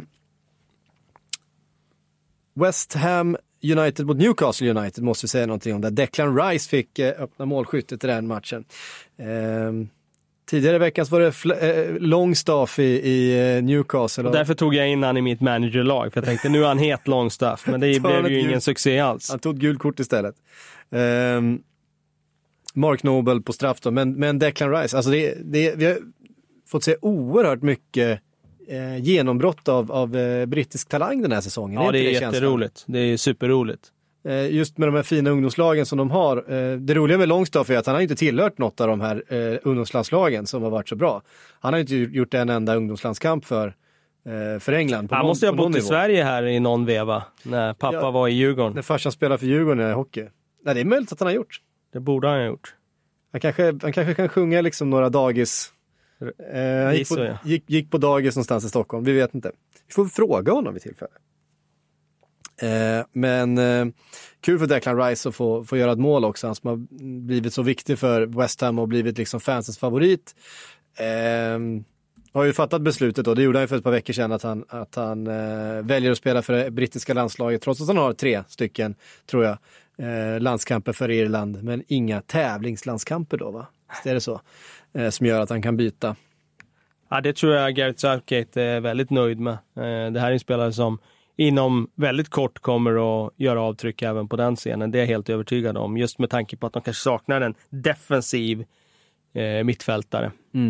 West Ham United mot Newcastle United måste vi säga någonting om, där Declan Rice fick eh, öppna målskyttet i den matchen. Eh, tidigare i veckan var det fl- eh, Longstaff i, i Newcastle. Och därför tog jag in han i mitt managerlag, för jag tänkte nu är han het Longstaff, men det blev ju ingen gul, succé alls. Han tog gult kort istället. Eh, Mark Noble på straff då, men, men Declan Rice, alltså det, det, vi har fått se oerhört mycket eh, genombrott av, av eh, brittisk talang den här säsongen. Ja, det är, det är jätteroligt. Känslan? Det är superroligt. Eh, just med de här fina ungdomslagen som de har. Eh, det roliga med Longstaff är att han har inte tillhört något av de här eh, ungdomslandslagen som har varit så bra. Han har inte gjort en enda ungdomslandskamp för, eh, för England. Han någon, måste ha bott i Sverige här i någon veva, när pappa ja, var i Djurgården. När farsan spelade för Djurgården i hockey. Nej, det är möjligt att han har gjort. Det borde han ha gjort. Han kanske, han kanske kan sjunga liksom några dagis. Eh, han gick på, ja. gick, gick på dagis någonstans i Stockholm. Vi vet inte. Vi får fråga honom vid tillfälle. Eh, men eh, kul för Declan Rice att få, få göra ett mål också. Han som har blivit så viktig för West Ham och blivit liksom fansens favorit. Eh, har ju fattat beslutet då. Det gjorde han för ett par veckor sedan att han, att han eh, väljer att spela för det brittiska landslaget. Trots att han har tre stycken, tror jag. Eh, landskamper för Irland, men inga tävlingslandskamper då, va? Det är det så eh, som gör att han kan byta. Ja, det tror jag Gareth Southgate är väldigt nöjd med. Eh, det här är en spelare som inom väldigt kort kommer att göra avtryck även på den scenen. Det är jag helt övertygad om, just med tanke på att de kanske saknar en defensiv eh, mittfältare. Mm.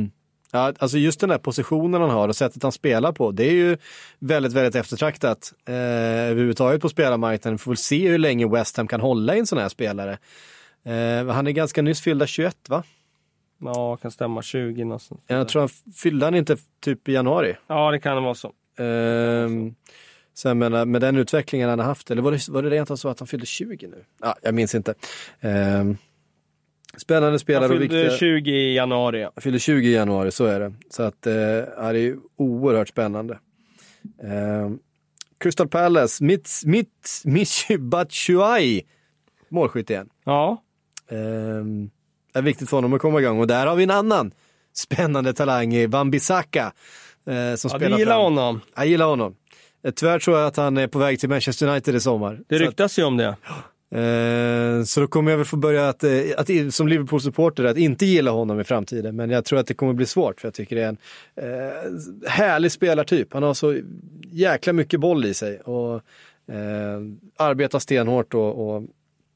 Ja, alltså just den här positionen han har och sättet han spelar på, det är ju väldigt, väldigt eftertraktat eh, överhuvudtaget på spelarmarknaden. Vi får väl se hur länge West Ham kan hålla in sån här spelare. Eh, han är ganska nyss fyllda tjugoett, va? Ja, kan stämma tjugo någonstans. Jag tror han fyllde han inte typ i januari. Ja, det kan det vara så. Eh, så jag menar, med den utvecklingen han har haft, eller var det, var det rent så att han fyllde tjugo nu? Ja, jag minns inte. Eh, Spännande spelare. Han fyllde viktiga... tjugo i januari. Han fyllde tjugo i januari, så är det. Så att eh, det är ju oerhört spännande. Eh, Crystal Palace, Mits, Mits, Michy Batshuayi, målskytt igen. Ja. Eh, det är viktigt för honom att komma igång. Och där har vi en annan spännande talang i Wan-Bissaka. Eh, som Ja, spelar du gillar fram. honom. Jag gillar honom. Eh, tyvärr tror jag att han är på väg till Manchester United i sommar. Det så ryktas ju om det. Eh, så då kommer jag väl få börja att, eh, att som Liverpool-supporter att inte gilla honom i framtiden, men jag tror att det kommer bli svårt, för jag tycker det är en eh, härlig spelartyp. Han har så jäkla mycket boll i sig och eh, arbetar stenhårt och, och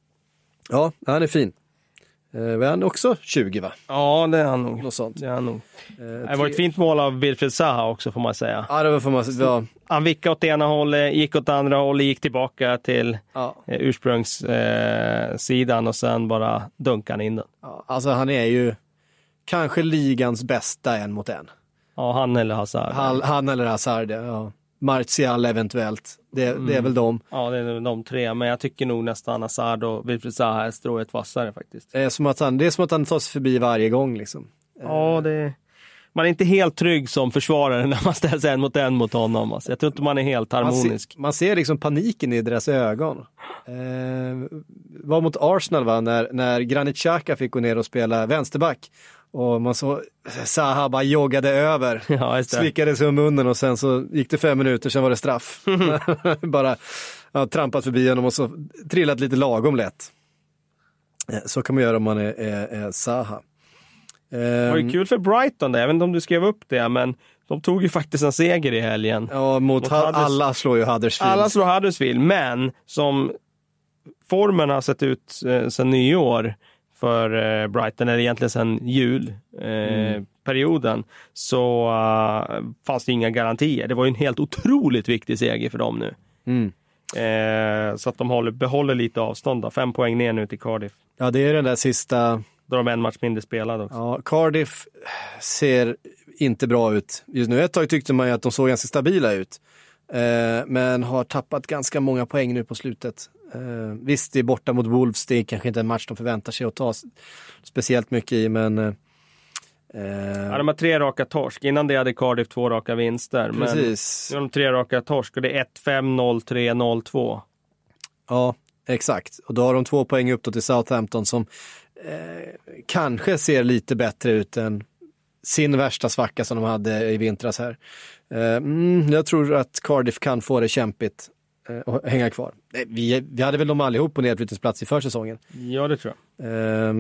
ja, han är fin. Eh, är han också tjugo, va? Ja, det är han nog. Något sånt. Det är han nog. Eh, Det var ett fint mål av Wilfried Zaha också, får man säga. Ja, det var för man ja. Han vickade åt ena hållet, gick åt andra hållet, gick tillbaka till Ja. eh, ursprungssidan eh, och sen bara dunkade han in den. Ja, alltså han är ju kanske ligans bästa en mot en. Ja, han eller Hazard. Han, han eller Hazard, ja. Martial eventuellt. Det, Mm. det är väl de. Ja, det är de tre, men jag tycker nog nästan Hazard och Wilfried Zaha är strået vassare faktiskt. Det är som att han, det är som att han tar sig förbi varje gång liksom. Ja, det... Man är inte helt trygg som försvarare när man ställs en mot en mot honom. Alltså, jag tror inte man är helt harmonisk. Man ser, man ser liksom paniken i deras ögon. Eh, var mot Arsenal, va? När, när Granit Xhaka fick gå ner och spela vänsterback. Och man så Zaha bara joggade över. Ja, just det. Slickade sig om munnen och sen så gick det fem minuter, sen var det straff. Bara ja, trampat förbi honom och så trillat lite lagom lätt. Eh, så kan man göra om man är, är, är Zaha. Det var ju kul för Brighton där. Jag vet inte om du skrev upp det, men de tog ju faktiskt en seger i helgen. Ja, mot, mot ha- alla slår ju Huddersfield. Alla slår Huddersfield, men som formen har sett ut eh, sedan nyår för eh, Brighton, eller egentligen sedan julperioden, eh, mm. så uh, fanns det inga garantier. Det var ju en helt otroligt viktig seger för dem nu. Mm. Eh, så att de håller, behåller lite avstånd då. Fem poäng ner nu till Cardiff. Ja, det är den där sista... Då har de en match mindre spelad också. Ja, Cardiff ser inte bra ut just nu. Ett tag tyckte man ju att de såg ganska stabila ut. Eh, men har tappat ganska många poäng nu på slutet. Eh, visst, det är borta mot Wolves. Det är kanske inte en match de förväntar sig att ta speciellt mycket i, men... Eh, ja, de har tre raka torsk. Innan det hade Cardiff två raka vinster. Precis. Men nu har de tre raka torsk och det är ett fem noll tre noll två. Ja, exakt. Och då har de två poäng upp då till Southampton som eh, kanske ser lite bättre ut än sin värsta svacka som de hade i vintras här. Eh, mm, jag tror att Cardiff kan få det kämpigt eh, och hänga kvar. Eh, vi, vi hade väl dem allihop på nedflyttningsplats i försäsongen. Ja, det tror jag. Eh,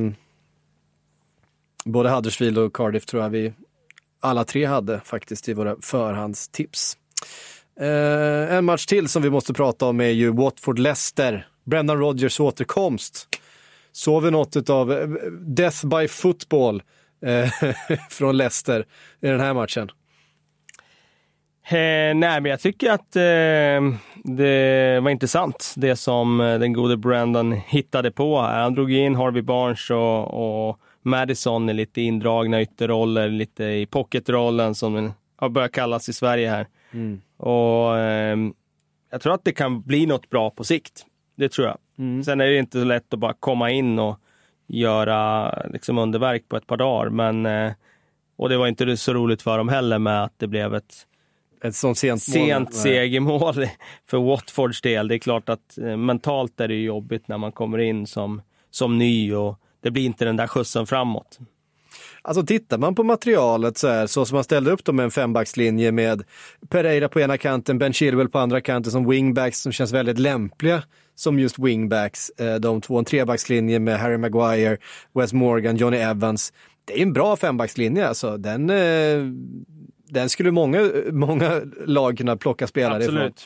både Huddersfield och Cardiff tror jag vi alla tre hade faktiskt i våra förhandstips. Eh, en match till som vi måste prata om är ju Watford-Leicester. Brendan Rodgers återkomst. Såg vi något av Death by Football eh, från Leicester i den här matchen? Eh, nej, men jag tycker att eh, det var intressant det som eh, den gode Brendan hittade på här. Han drog in Harvey Barnes och, och Madison i lite indragna ytterroller, lite i pocketrollen som den har börjat kallas i Sverige här. Mm. Och eh, jag tror att det kan bli något bra på sikt. Det tror jag. Mm. Sen är det inte så lätt att bara komma in och göra liksom underverk på ett par dagar. Men, eh, och det var inte så roligt för dem heller med att det blev ett, ett sånt sent, sent segermål för Watfords del. Det är klart att eh, mentalt är det jobbigt när man kommer in som, som ny och det blir inte den där skjutsen framåt. Alltså tittar man på materialet så här, så som man ställde upp dem med en fembackslinje med Pereira på ena kanten, Ben Chilwell på andra kanten som wingbacks som känns väldigt lämpliga som just wingbacks. De två, en trebackslinje med Harry Maguire, Wes Morgan, Johnny Evans. Det är en bra fembackslinje alltså. Den, den skulle många, många lag kunna plocka spelare Absolut.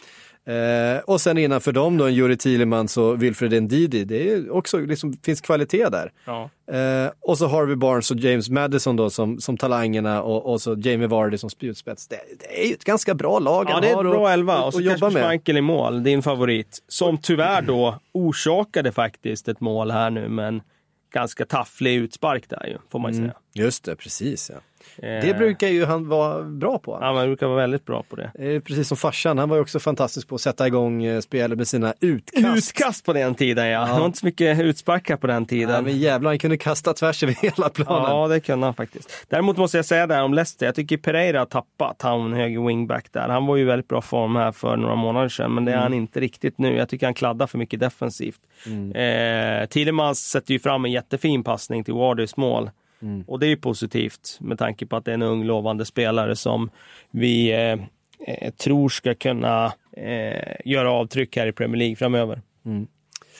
Eh, och sen innanför dem då en Juri Tielemans och Wilfred Ndidi. Det är också liksom, finns kvalitet där. Ja. Eh, och så Harvey Barnes och James Madison då som, som talangerna och, och så Jamie Vardy som spjutspets. Det, det är ju ett ganska bra lag. Ja, det är ett bra och, elva. Och, och så jobba med. Schmeichel i mål, din favorit. Som tyvärr då orsakade faktiskt ett mål här nu, men ganska tafflig utspark där ju, får man ju mm. säga. Just det, precis ja. Det brukar ju han vara bra på. Ja, man brukar vara väldigt bra på det. Eh, precis som farsan, han var ju också fantastisk på att sätta igång eh, spelet med sina utkast. Utkast på den tiden, ja. ja. Det var inte så mycket utsparkar på den tiden. Ja, men jävlar, han kunde kasta tvärs över hela planen. Ja, det kunde han faktiskt. Däremot måste jag säga där om Leicester, jag tycker Pereira har tappat, han höger wingback där. Han var ju väldigt bra form här för några månader sedan, men det är mm. han inte riktigt nu. Jag tycker han kladdar för mycket defensivt. Mm. Eh, Tielemans sätter ju fram en jättefin passning till Wardys mål. Mm. Och det är ju positivt med tanke på att det är en ung lovande spelare som vi eh, eh, tror ska kunna eh, göra avtryck här i Premier League framöver. Mm.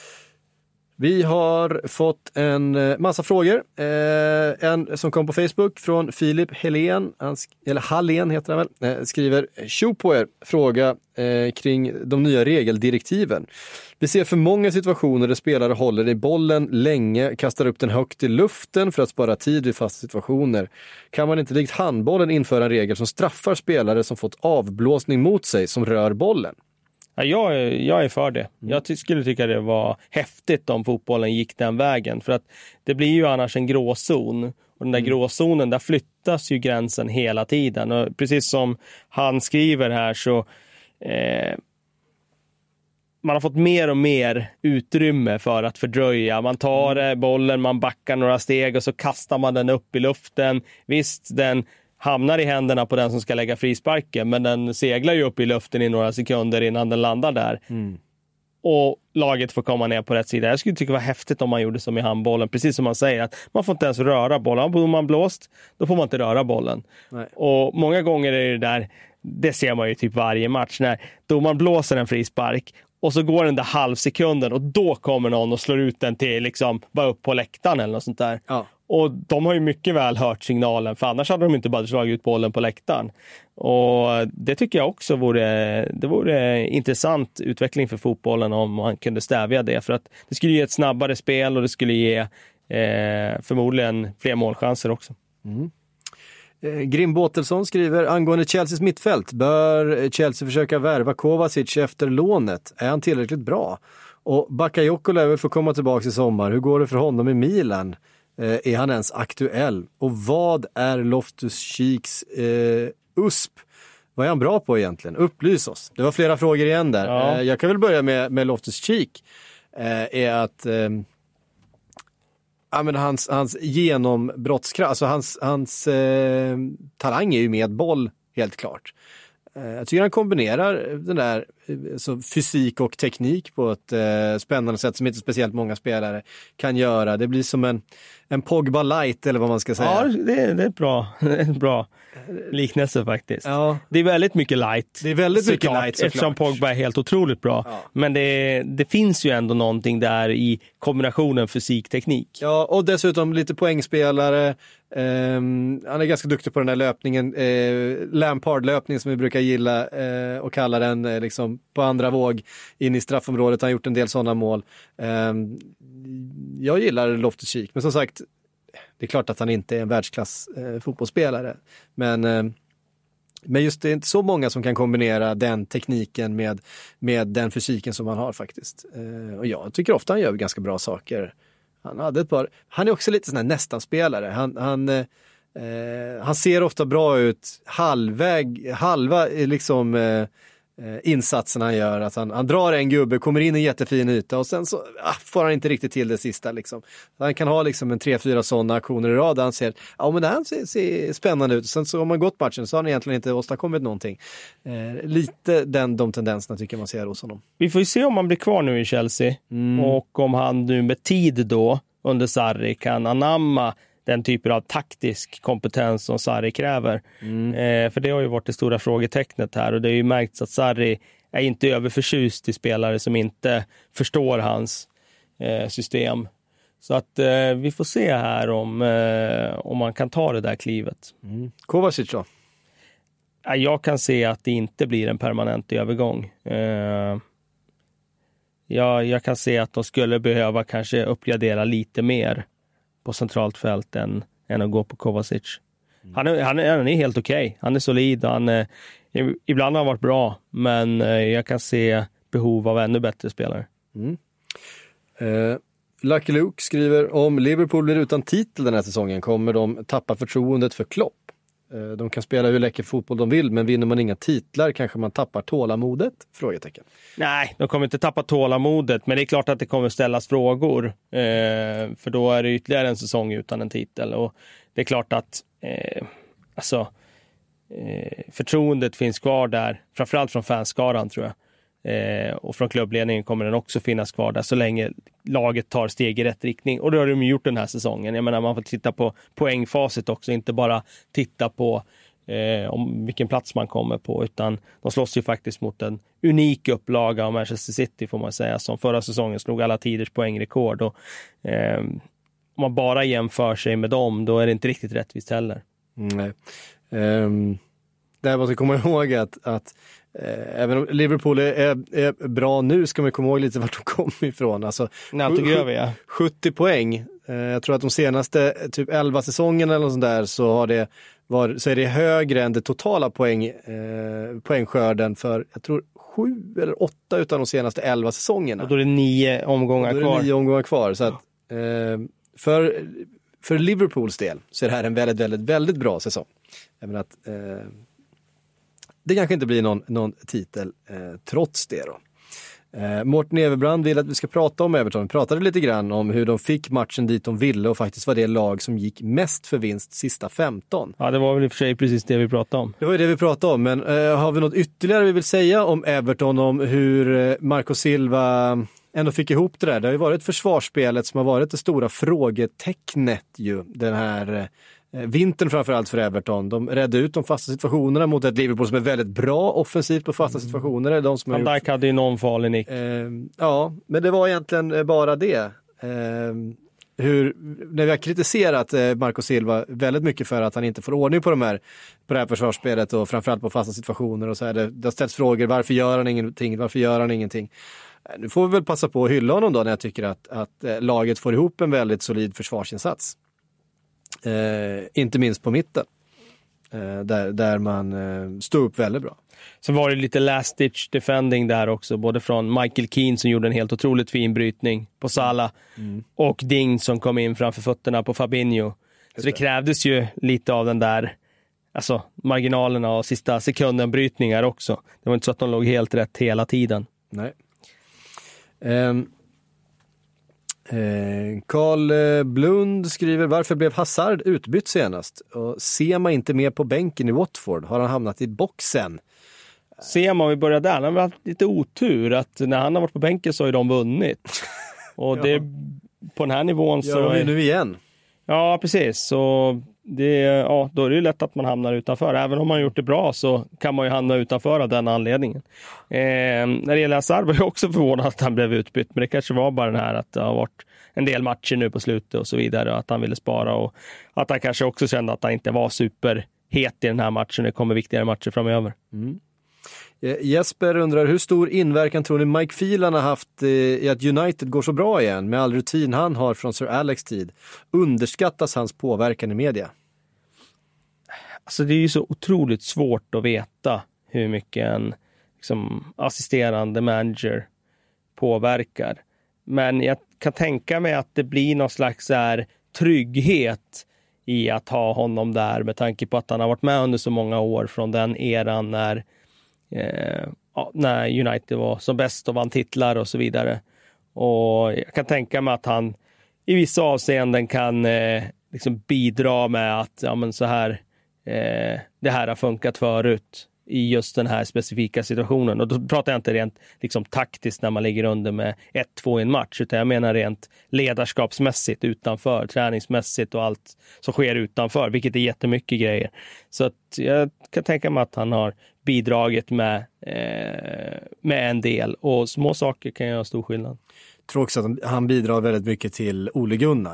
Vi har fått en massa frågor. Eh, en som kom på Facebook från Filip Helén, han sk- eller Hallén heter han väl, eh, skriver tjo på er, fråga eh, kring de nya regeldirektiven. Vi ser för många situationer där spelare håller i bollen länge, kastar upp den högt i luften för att spara tid vid fasta situationer. Kan man inte likt handbollen införa en regel som straffar spelare som fått avblåsning mot sig som rör bollen? Ja, jag, är, jag är för det. Mm. Jag ty- skulle tycka det var häftigt om fotbollen gick den vägen. För att det blir ju annars en gråzon. Och den där mm. gråzonen, där flyttas ju gränsen hela tiden. Och precis som han skriver här så... Eh, man har fått mer och mer utrymme för att fördröja. Man tar mm. bollen, man backar några steg och så kastar man den upp i luften. Visst, den... hamnar i händerna på den som ska lägga frisparken, men den seglar ju upp i luften i några sekunder innan den landar där. Mm. Och laget får komma ner på rätt sida. Jag skulle tycka det var häftigt om man gjorde som i handbollen. Precis som man säger, att man får inte ens röra bollen. Om man blåst, då får man inte röra bollen. Nej. Och många gånger är det där, det ser man ju typ varje match, när då man blåser en frispark och så går den där halvsekunden och då kommer någon och slår ut den till liksom bara upp på läktaren eller något sånt där. Ja. Och de har ju mycket väl hört signalen, för annars hade de inte bara slagit ut bollen på läktaren. Och det tycker jag också vore, det vore intressant utveckling för fotbollen om man kunde stävja det. För att det skulle ge ett snabbare spel och det skulle ge eh, förmodligen fler målchanser också. Mm. Eh, Grim Båtelsson skriver angående Chelseas mittfält. Bör Chelsea försöka värva Kovacic efter lånet? Är han tillräckligt bra? Och Bakayoko lär väl få komma tillbaka i sommar. Hur går det för honom i Milan? Är han ens aktuell? Och vad är Loftus-Cheeks eh, U S P? Vad är han bra på egentligen? Upplys oss. Det var flera frågor igen där. Ja. Eh, jag kan väl börja med, med Loftus-Cheek. Eh, är att eh, ja, men hans, hans genombrottskraft, alltså hans, hans eh, talang är ju med boll helt klart. Jag tycker han kombinerar den där så fysik och teknik på ett eh, spännande sätt som inte speciellt många spelare kan göra. Det blir som en, en Pogba light eller vad man ska säga. Ja, det är, det är bra. Det är en bra liknelse faktiskt. Ja. Det är väldigt mycket light. Det är väldigt såklart, mycket light såklart. Eftersom Pogba är helt otroligt bra. Ja. Men det, det finns ju ändå någonting där i kombinationen fysik-teknik. Ja, och dessutom lite poängspelare. Um, han är ganska duktig på den där löpningen, uh, Lampard-löpningen som vi brukar gilla uh, och kalla den uh, liksom på andra våg in i straffområdet. Han har gjort en del sådana mål. Um, jag gillar Loftus-Cheek, men som sagt, det är klart att han inte är en världsklass uh, fotbollsspelare, men uh, men just det är inte så många som kan kombinera den tekniken med, med den fysiken som han har faktiskt. Uh, och jag tycker ofta han gör ganska bra saker. Han hade ett par, han är också lite sån här nästan-spelare. Han, han, eh, han ser ofta bra ut halvväg, halva liksom eh, insatsen han gör. Att han, han drar en gubbe, kommer in i en jättefin yta och sen så ah, får han inte riktigt till det sista. Liksom. Han kan ha liksom en tre, fyra sådana aktioner i rad där han ser, ja men det här ser, ser spännande ut. Och sen så har man gått matchen så har han egentligen inte åstadkommit någonting. Eh, lite den, de tendenserna tycker man ser hos honom. Vi får ju se om han blir kvar nu i Chelsea mm. och om han nu med tid då under Sarri kan anamma den typen av taktisk kompetens som Sarri kräver. Mm. Eh, för det har ju varit det stora frågetecknet här och det är ju märkts att Sarri är inte överförtjust i spelare som inte förstår hans eh, system. Så att eh, vi får se här om, eh, om man kan ta det där klivet. Mm. Kovacic då? jag kan se att det inte blir en permanent övergång. Uh, jag, jag kan se att de skulle behöva kanske uppgradera lite mer på centralt fält än, än att gå på Kovacic. Mm. Han, är, han, är, han är helt okej. Okay. Han är solid. Han är, ibland har han varit bra, men uh, jag kan se behov av ännu bättre spelare. Mm. Uh, Lucky Luke skriver, om Liverpool blir utan titel den här säsongen kommer de tappa förtroendet för Klopp. De kan spela hur läcker fotboll de vill, men vinner man inga titlar kanske man tappar tålamodet? Frågetecken. Nej, de kommer inte tappa tålamodet, men det är klart att det kommer ställas frågor. Eh, för då är det ytterligare en säsong utan en titel. Och det är klart att eh, alltså, eh, förtroendet finns kvar där, framförallt från fanskaran tror jag. Eh, och från klubbledningen kommer den också finnas kvar där så länge laget tar steg i rätt riktning, och det har de gjort den här säsongen. Jag menar, man får titta på poängfacit också, inte bara titta på eh, om vilken plats man kommer på, utan de slåss ju faktiskt mot en unik upplaga av Manchester City får man säga, som förra säsongen slog alla tiders poängrekord, och eh, om man bara jämför sig med dem, då är det inte riktigt rättvist heller. Nej. Um, det här måste komma ihåg att, att Eh, även om Liverpool är, är, är bra nu, ska man komma ihåg lite vart de kommer ifrån. Alltså, över, ja. sjuttio poäng. Eh, jag tror att de senaste typ elva säsongerna eller något sånt där, så, har det var, så är det högre än det totala poäng, eh, poängskörden för, jag tror, sju eller åtta utav de senaste elva säsongerna. Och då är det nio omgångar kvar. Då är det nio omgångar kvar. Så att, eh, för, för Liverpools del så är det här en väldigt, väldigt, väldigt bra säsong. Jag menar att eh, det kanske inte blir någon, någon titel eh, trots det då. Eh, Mårten Everbrand vill att vi ska prata om Everton. Vi pratade lite grann om hur de fick matchen dit de ville och faktiskt var det lag som gick mest för vinst sista femton. Ja, det var väl i och för sig precis det vi pratade om. Det var ju det vi pratade om, men eh, har vi något ytterligare vi vill säga om Everton, om hur eh, Marco Silva ändå fick ihop det där? Det har ju varit försvarsspelet som har varit det stora frågetecknet ju, den här eh, vintern framförallt för Everton. De räddade ut de fasta situationerna mot ett Liverpool som är väldigt bra offensivt på fasta situationer. De som Van Dijk gjort... hade ju någon farlig nick. Eh, ja, men det var egentligen bara det. Eh, hur, när vi har kritiserat eh, Marco Silva väldigt mycket för att han inte får ordning på de här, på det här försvarsspelet och framförallt på fasta situationer och så här. Det, det har ställts frågor, varför gör han ingenting? Varför gör han ingenting? Eh, nu får vi väl passa på att hylla honom då när jag tycker att, att eh, laget får ihop en väldigt solid försvarsinsats. Eh, inte minst på mitten eh, där, där man eh, stod upp väldigt bra. Så var det lite last ditch defending där också, både från Michael Keane som gjorde en helt otroligt fin brytning på Salah mm. och Ding som kom in framför fötterna på Fabinho. Så det. det krävdes ju lite av den där, alltså marginalerna och sista sekunden brytningar också. Det var inte så att de låg helt rätt hela tiden. Nej. Um. Karl Blund skriver, varför blev Hazard utbytt senast? Och ser man inte mer på bänken i Watford? Har han hamnat i boxen? Ser man, vi börjar där. Han har haft lite otur att när han har varit på bänken så har de vunnit. Och det ja. På den här nivån så... Gör de nu igen? Ja, precis. Så det, ja, då är det ju lätt att man hamnar utanför. Även om man har gjort det bra så kan man ju hamna utanför av den anledningen. Eh, när det gäller Hazard var jag också förvånad att han blev utbytt. Men det kanske var bara den här att det har varit en del matcher nu på slutet och så vidare. Och att han ville spara och att han kanske också kände att han inte var superhet i den här matchen. Det kommer viktigare matcher framöver. Mm. Jesper undrar, hur stor inverkan tror ni Mike Phelan har haft i att United går så bra igen med all rutin han har från Sir Alex tid? Underskattas hans påverkan i media? Alltså det är ju så otroligt svårt att veta hur mycket en liksom, assisterande manager påverkar. Men jag kan tänka mig att det blir någon slags så här, trygghet i att ha honom där med tanke på att han har varit med under så många år från den eran när Eh, ja, när United var som bäst och vann titlar och så vidare. Och jag kan tänka mig att han i vissa avseenden kan eh, liksom bidra med att ja, men så här, eh, det här har funkat förut i just den här specifika situationen. Och då pratar jag inte rent liksom, taktiskt när man ligger under med ett två i en match, utan jag menar rent ledarskapsmässigt utanför, träningsmässigt och allt som sker utanför, vilket är jättemycket grejer. Så att jag kan tänka mig att han har bidragit med, eh, med en del, och små saker kan göra stor skillnad. Jag tror också att han bidrar väldigt mycket till Ole Gunnar.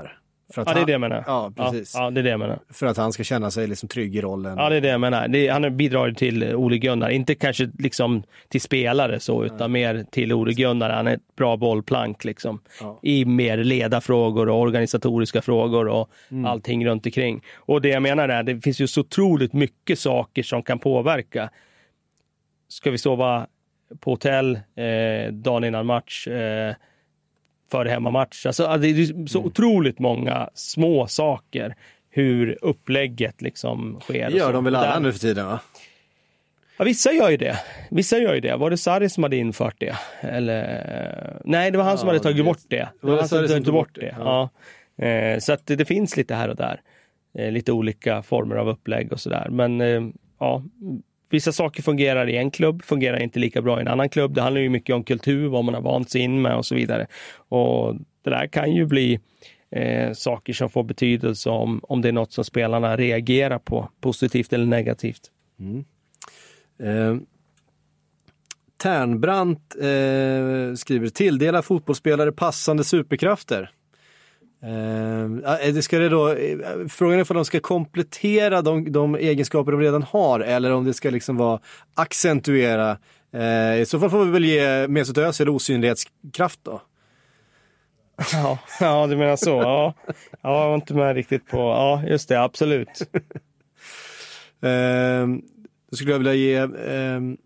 För att ja, det är han, det jag menar. Ja, precis. Ja, ja, det är det jag menar. För att han ska känna sig liksom trygg i rollen. Ja, det är det jag menar. Det är, han bidrar till Ole Gunnar. Inte kanske liksom till spelare så, utan ja. mer till Ole Gunnar. Han är ett bra bollplank liksom. Ja. I mer ledarfrågor och organisatoriska frågor och mm. allting runt omkring. Och det jag menar är, det finns ju så otroligt mycket saker som kan påverka. Ska vi sova på hotell eh, dagen innan match, eh, före hemmamatch. Alltså, det är så mm. otroligt många små saker hur upplägget liksom sker. Det gör de väl alla nu för tiden, va? Ja, vissa gör ju det. Vissa gör ju det. Var det Sarri som hade infört det? Eller... Nej, det var han ja, som hade tagit det. bort det. Det var han som hade tagit bort det. Ja. Ja. Eh, så att det, det finns lite här och där. Eh, lite olika former av upplägg och sådär. Men eh, ja... Vissa saker fungerar i en klubb, fungerar inte lika bra i en annan klubb. Det handlar ju mycket om kultur, vad man har vant sig in med och så vidare. Och det där kan ju bli eh, saker som får betydelse om, om det är något som spelarna reagerar på, positivt eller negativt. Mm. Eh, Tärnbrant eh, skriver, tilldela fotbollsspelare passande superkrafter. Uh, det ska det då, frågan är om de ska komplettera de, de egenskaper de redan har eller om det ska liksom vara accentuera. Uh, I så fall får vi väl ge Mesut Özil osynlighetskraft då. Ja, ja, du menar så. Ja, ja jag var inte med riktigt på. Ja, just det, absolut. uh, då skulle jag vilja ge uh,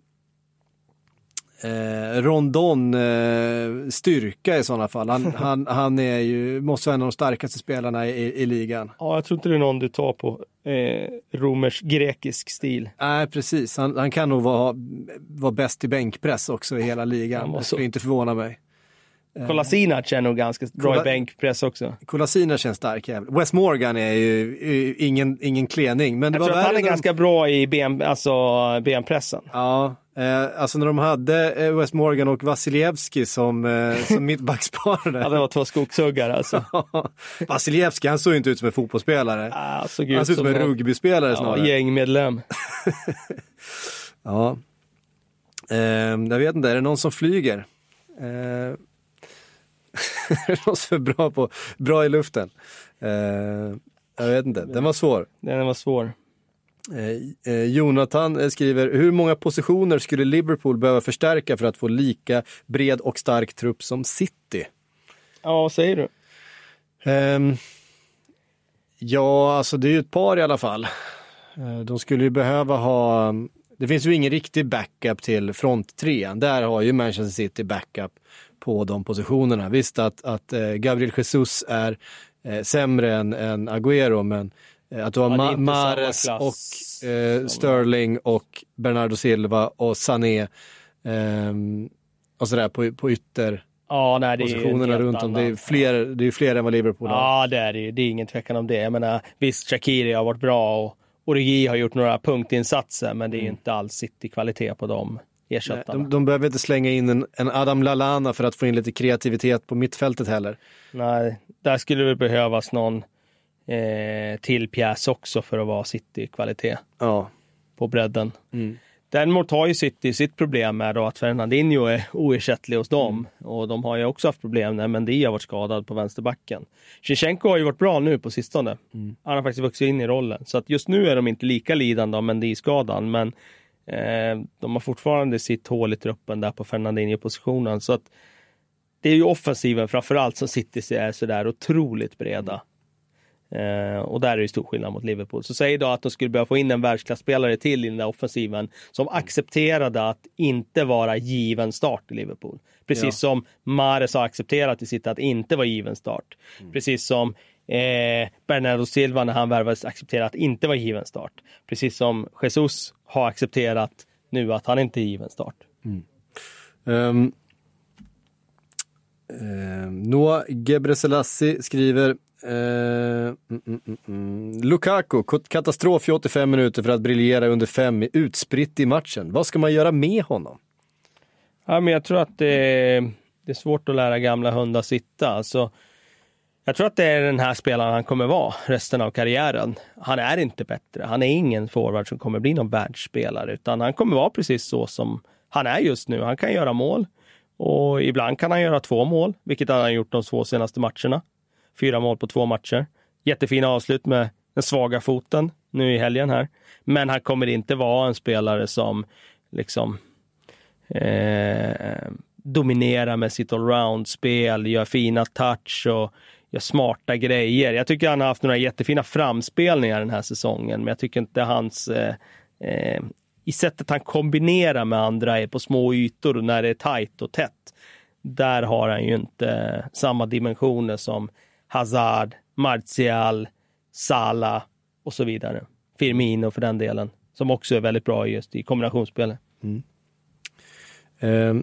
Eh, Rondon eh, styrka i sådana fall. Han, han, han är ju, måste vara en av de starkaste spelarna i, i ligan. Ja, jag tror inte det är någon du tar på eh, romers grekisk stil. Nej, precis. Han, han kan nog vara, vara bäst i bänkpress också i hela ligan. Det skulle inte förvåna mig. Kolasinac är nog ganska bra Kola- i bänkpress också. Kolasinac är en stark jävel. Wes Morgan är ju, ju ingen, ingen klening. Men det jag var tror att han är de... ganska bra i ben, alltså benpressen. Ja, eh, alltså när de hade eh, Wes Morgan och Vasilevski som, eh, som mittbacksparare. Ja, det var två skogshuggare alltså. Vasilevski, han såg ju inte ut som en fotbollsspelare. Ja, såg ut han såg ut som, som en rugbyspelare ja, snarare. Gängmedlem. Ja. Eh, jag vet inte, är det någon som flyger? Eh, det är något som är bra, på, bra i luften. Uh, jag vet inte, den var svår. Den var svår. Uh, uh, Jonathan skriver, hur många positioner skulle Liverpool behöva förstärka för att få lika bred och stark trupp som City? Ja, vad säger du? Um, ja, alltså det är ju ett par i alla fall. Uh, de skulle ju behöva ha... Det finns ju ingen riktig backup till fronttrean. Där har ju Manchester City backup på de positionerna. Visst att, att eh, Gabriel Jesus är eh, sämre än, än Agüero, men eh, att du har ja, Ma- Mahrez och eh, Sterling och Bernardo Silva och Sané eh, och sådär på, på ytter ja, nej, det positionerna är runt om. Det är fler, det är fler än vad Liverpool har. Ja, det är det. Det är ingen tvekan om det. Jag menar, visst, Shaqiri har varit bra och Origi har gjort några punktinsatser, men det är mm. inte alls City-kvalitet på dem. Nej, de, de behöver inte slänga in en, en Adam Lallana för att få in lite kreativitet på mittfältet heller. Nej, där skulle det behövas någon eh, till pjäs också för att vara City-kvalitet ja. på bredden. Mm. Däremot har ju City sitt problem med då att Fernandinho är oersättlig hos dem. Mm. Och de har ju också haft problem när Mendy har varit skadad på vänsterbacken. Zinchenko har ju varit bra nu på sistone. Mm. Han har faktiskt vuxit in i rollen. Så att just nu är de inte lika lidande av Mendy-skadan, men Eh, de har fortfarande sitt hål i truppen där på Fernandinho-positionen. Så att det är ju offensiven framförallt som City är sådär otroligt breda. Eh, och där är det stor skillnad mot Liverpool. Så säg då att de skulle behöva få in en världsklasspelare till i den där offensiven som accepterade att inte vara given start i Liverpool. Precis ja. som Mahrez har accepterat i sitt att inte vara given start. Mm. Precis som Eh, Bernardo Silva när han värvades accepterat att inte vara given start. Precis som Jesus har accepterat nu att han inte är given start. Mm. Um, um, Noah Gebreselassie skriver uh, mm, mm, mm, Lukaku, katastrof i åttiofem minuter för att briljera under fem utspritt i matchen. Vad ska man göra med honom? Ja, men jag tror att det är, det är svårt att lära gamla hundar sitta. Alltså jag tror att det är den här spelaren han kommer vara resten av karriären. Han är inte bättre. Han är ingen forward som kommer bli någon världsspelare. Utan han kommer vara precis så som han är just nu. Han kan göra mål. Och ibland kan han göra två mål. Vilket han har gjort de två senaste matcherna. Fyra mål på två matcher. Jättefina avslut med den svaga foten nu i helgen här. Men han kommer inte vara en spelare som liksom eh, dominerar med sitt allround-spel, gör fina touch och gör smarta grejer. Jag tycker han har haft några jättefina framspelningar den här säsongen, men jag tycker inte hans eh, eh, i sättet han kombinerar med andra är på små ytor när det är tajt och tätt. Där har han ju inte samma dimensioner som Hazard, Martial, Salah och så vidare. Firmino för den delen, som också är väldigt bra just i kombinationsspelet. Mm. Um.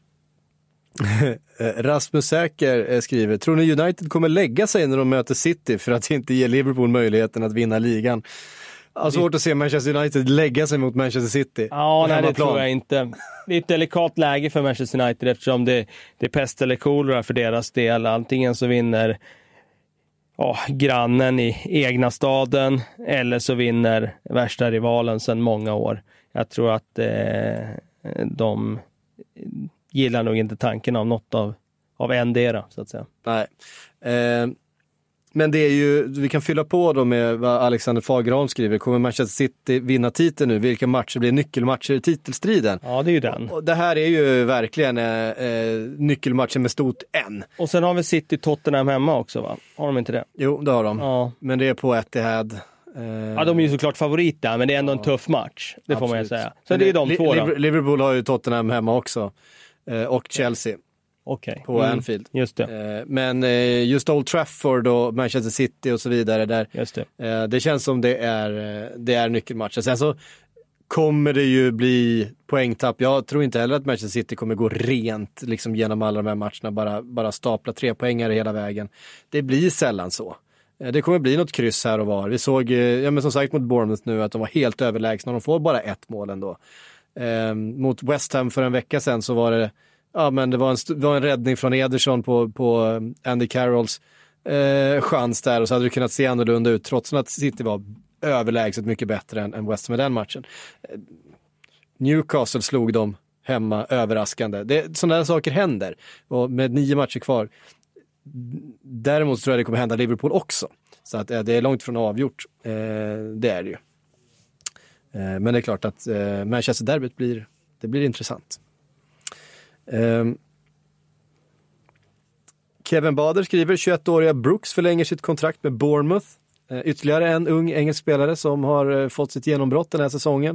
Rasmus Säker skriver: tror ni United kommer lägga sig när de möter City för att inte ge Liverpool möjligheten att vinna ligan? Alltså svårt att se Manchester United lägga sig mot Manchester City. Ja, nej, det tror jag inte. Det är ett delikat läge för Manchester United eftersom det, det är pest eller kolera för deras del. Antingen så vinner ja, grannen i egna staden eller så vinner värsta rivalen sedan många år. Jag tror att eh, de gillar nog inte tanken av något av, av endera, så att säga. Nej. Eh, men det är ju, vi kan fylla på då med vad Alexander Fagerholm skriver. Kommer Manchester City vinna titeln nu? Vilka matcher blir nyckelmatcher i titelstriden? Ja, det är ju den. Och det här är ju verkligen eh, eh, nyckelmatchen med stort N. Och sen har vi City Tottenham hemma också, va? Har de inte det? Jo, det har de. Ja. Men det är på Etihad. Eh, ja, de är ju såklart favoriter, men det är ändå ja. en tuff match. Det får Absolut. man ju säga. Så men det är de li- två då. Liverpool har ju Tottenham hemma också. Eh, och Chelsea. Okay. På mm, Anfield. Just det. Eh, men eh, just Old Trafford och Manchester City och så vidare där. Just det. Eh, det känns som det är, det är nyckelmatcher. Sen så kommer det ju bli poängtapp. Jag tror inte heller att Manchester City kommer gå rent liksom genom alla de här matcherna. Bara, bara stapla tre poängare hela vägen. Det blir sällan så. Eh, det kommer bli något kryss här och var. Vi såg, eh, ja men som sagt mot Bournemouth nu, att de var helt överlägsna. De får bara ett mål ändå. Eh, mot West Ham för en vecka sedan så var det Ja, men det var en, det var en räddning från Ederson på, på Andy Carrolls eh, chans där, och så hade det kunnat se annorlunda ut trots att City var överlägset mycket bättre än, än West Ham i den matchen. Eh, Newcastle slog dem hemma överraskande. Det, sådana där saker händer, och med nio matcher kvar. Däremot tror jag det kommer hända Liverpool också. Så att eh, det är långt från avgjort. Eh, det är det ju. Eh, men det är klart att eh, Manchester derbyt blir, det blir intressant. Um, Kevin Bader skriver: tjugoett-åriga Brooks förlänger sitt kontrakt med Bournemouth. Uh, ytterligare en ung engelsk spelare som har uh, fått sitt genombrott den här säsongen.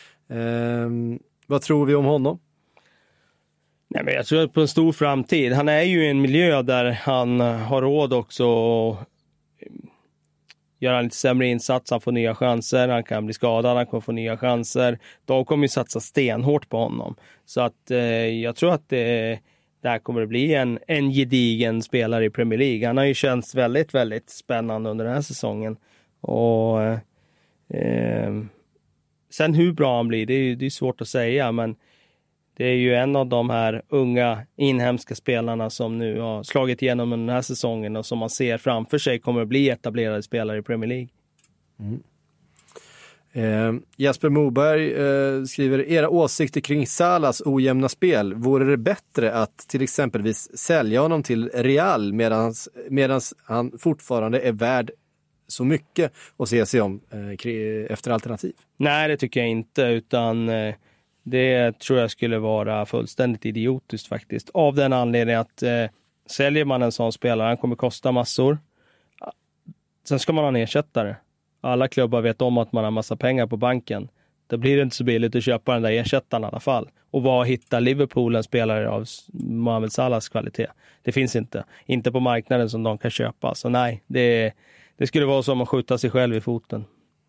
Um, vad tror vi om honom? Nej, men jag tror på en stor framtid. Han är ju i en miljö där han har råd också att göra en lite sämre insats. Han får nya chanser, han kan bli skadad, han kommer få nya chanser. De kommer ju satsa stenhårt på honom. Så att eh, jag tror att det, det här kommer att bli en, en gedigen spelare i Premier League. Han har ju känts väldigt, väldigt spännande under den här säsongen. Och eh, sen hur bra han blir, det är, det är svårt att säga, men det är ju en av de här unga inhemska spelarna som nu har slagit igenom den här säsongen och som man ser framför sig kommer att bli etablerade spelare i Premier League. Mm. Eh, Jesper Moberg eh, skriver: era åsikter kring Salas ojämna spel. Vore det bättre att till exempelvis sälja honom till Real medan han fortfarande är värd så mycket och se sig om eh, efter alternativ? Nej, det tycker jag inte, utan eh, det tror jag skulle vara fullständigt idiotiskt faktiskt. Av den anledningen att eh, säljer man en sån spelare, han kommer kosta massor. Sen ska man ha en ersättare. Alla klubbar vet om att man har massa pengar på banken. Då blir det inte så billigt att köpa den där ersättaren i alla fall. Och vad hittar Liverpool en spelare av Mohamed Salahs kvalitet? Det finns inte. Inte på marknaden som de kan köpa. Så nej, det, det skulle vara som att skjuta sig själv i foten.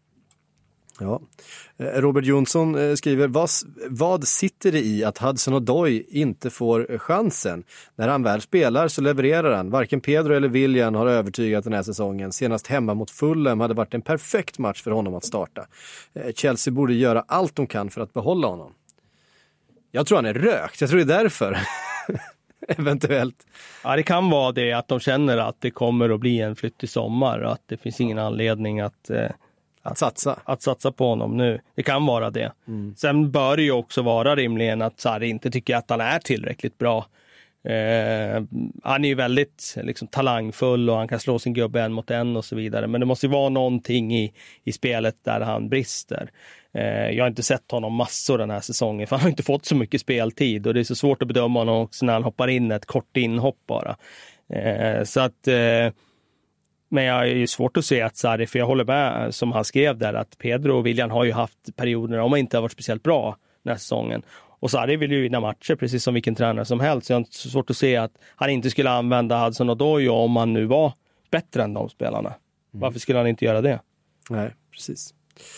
Ja. Robert Jonsson skriver: vad, vad sitter det i att Hudson-Odoi inte får chansen? När han väl spelar så levererar han. Varken Pedro eller Willian har övertygat den här säsongen. Senast hemma mot Fulham hade varit en perfekt match för honom att starta. Chelsea borde göra allt de kan för att behålla honom. Jag tror han är rökt. Jag tror det är därför. Eventuellt. Ja, det kan vara det att de känner att det kommer att bli en flytt i sommar och att det finns ingen anledning att eh... Att satsa. Att satsa på honom nu. Det kan vara det. Mm. Sen bör det ju också vara rimligen att Sarri inte tycker att han är tillräckligt bra Eh, han är ju väldigt liksom, talangfull och han kan slå sin gubbe en mot en och så vidare. Men det måste ju vara någonting i, i spelet där han brister. Eh, jag har inte sett honom massor den här säsongen för han har inte fått så mycket speltid och det är så svårt att bedöma honom också när han hoppar in ett kort inhopp bara. Eh, så att eh, men jag är ju svårt att se att Sarri, för jag håller med som han skrev där att Pedro och Willian har ju haft perioder om man inte har varit speciellt bra den här säsongen. Och Sarri vill ju vinna matcher precis som vilken tränare som helst. Så jag har så svårt att se att han inte skulle använda Hudson-Odoi om han nu var bättre än de spelarna. Mm. Varför skulle han inte göra det? Nej, precis.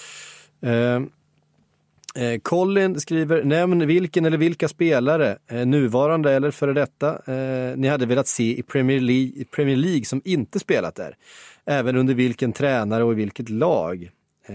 Eh, eh, Colin skriver, nämn vilken eller vilka spelare, eh, nuvarande eller före detta, eh, ni hade velat se i Premier League, Premier League som inte spelat där. Även under vilken tränare och i vilket lag.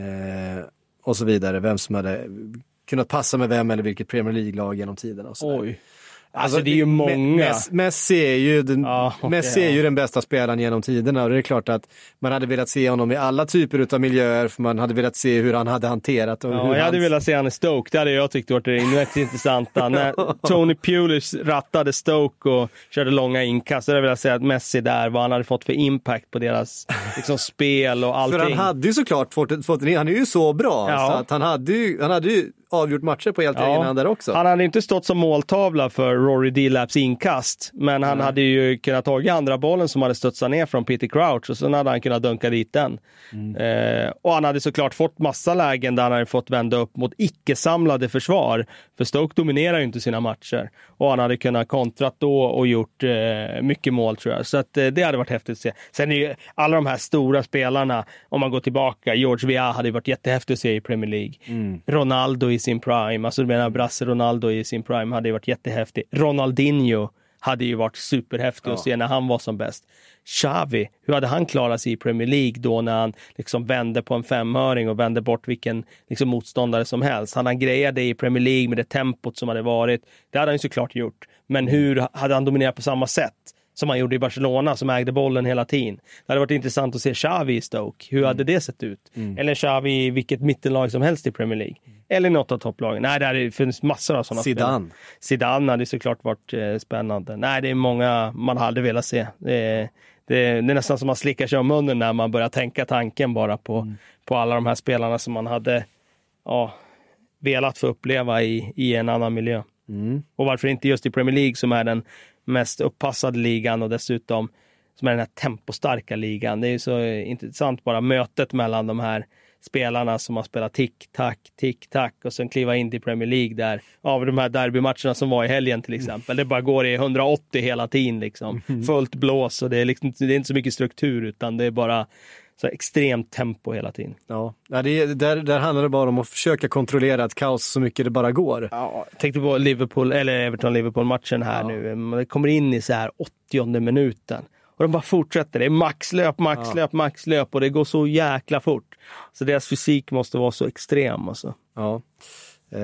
Eh, och så vidare. Vem som hade kunnat passa med vem eller vilket Premier League-lag genom tiden. Och så Oj. Alltså, alltså det är ju många. Messi är ju den, ja, okay, Messi är ju den bästa spelaren genom tiderna och det är klart att man hade velat se honom i alla typer av miljöer för man hade velat se hur han hade hanterat. Och ja, hur jag hans... hade velat se han i Stoke, det hade jag tyckt varit det intressanta. När Tony Pulis rattade Stoke och körde långa inkast, så hade jag velat säga att Messi där, vad han hade fått för impact på deras liksom, spel och allting. För han hade ju såklart fått, fått han är ju så bra ja. Så att han hade ju, han hade ju avgjort matcher på helt ja. egen hand där också. Han hade inte stått som måltavla för Rory Delaps inkast, men han mm. hade ju kunnat ta andra bollen som hade studsat ner från Peter Crouch och sen hade han kunnat dunka dit den. Mm. Eh, och han hade såklart fått massa lägen där han hade fått vända upp mot icke-samlade försvar, för Stoke dominerar ju inte sina matcher. Och han hade kunnat kontrat då och gjort eh, mycket mål tror jag. Så att, eh, det hade varit häftigt att se. Sen är ju alla de här stora spelarna, om man går tillbaka, George Weah hade varit jättehäftigt att se i Premier League. Mm. Ronaldo i sin prime, alltså du menar Brasse Ronaldo i sin prime hade ju varit jättehäftig. Ronaldinho hade ju varit superhäftig ja. Att se när han var som bäst. Xavi, hur hade han klarat sig i Premier League då när han liksom vände på en femöring och vände bort vilken liksom motståndare som helst. Han, han grejade i Premier League med det tempot som hade varit. Det hade han ju såklart gjort. Men hur hade han dominerat på samma sätt som han gjorde i Barcelona som ägde bollen hela tiden? Det hade varit intressant att se Xavi i Stoke. Hur mm. hade det sett ut? Mm. Eller Xavi i vilket mittenlag som helst i Premier League. Eller något av topplagen. Nej, det hade funnits massor av sådana Zidane. spel. Zidane hade såklart varit eh, spännande. Nej, det är många man hade velat se. Det är, det, är, det är nästan som man slickar sig om munnen när man börjar tänka tanken bara på, mm. på alla de här spelarna som man hade ja, velat få uppleva i, i en annan miljö. Mm. Och varför inte just i Premier League som är den mest uppassade ligan och dessutom som är den här tempostarka ligan. Det är ju så intressant bara mötet mellan de här spelarna som har spelat tick-tack, tick-tack och sen kliva in till Premier League där av de här derbymatcherna som var i helgen till exempel. Det bara går i hundraåttio hela tiden liksom. Fullt blås och det är, liksom, det är inte så mycket struktur utan det är bara så extremt tempo hela tiden. Ja, det är, där, där handlar det bara om att försöka kontrollera ett kaos så mycket det bara går. Ja, tänkte på Liverpool eller Everton-Liverpool-matchen här ja. nu. Det kommer in i så här åttionde minuten. Och de bara fortsätter. Det är maxlöp, maxlöp, ja. maxlöp och det går så jäkla fort. Så deras fysik måste vara så extrem. Alltså. Ja, uh,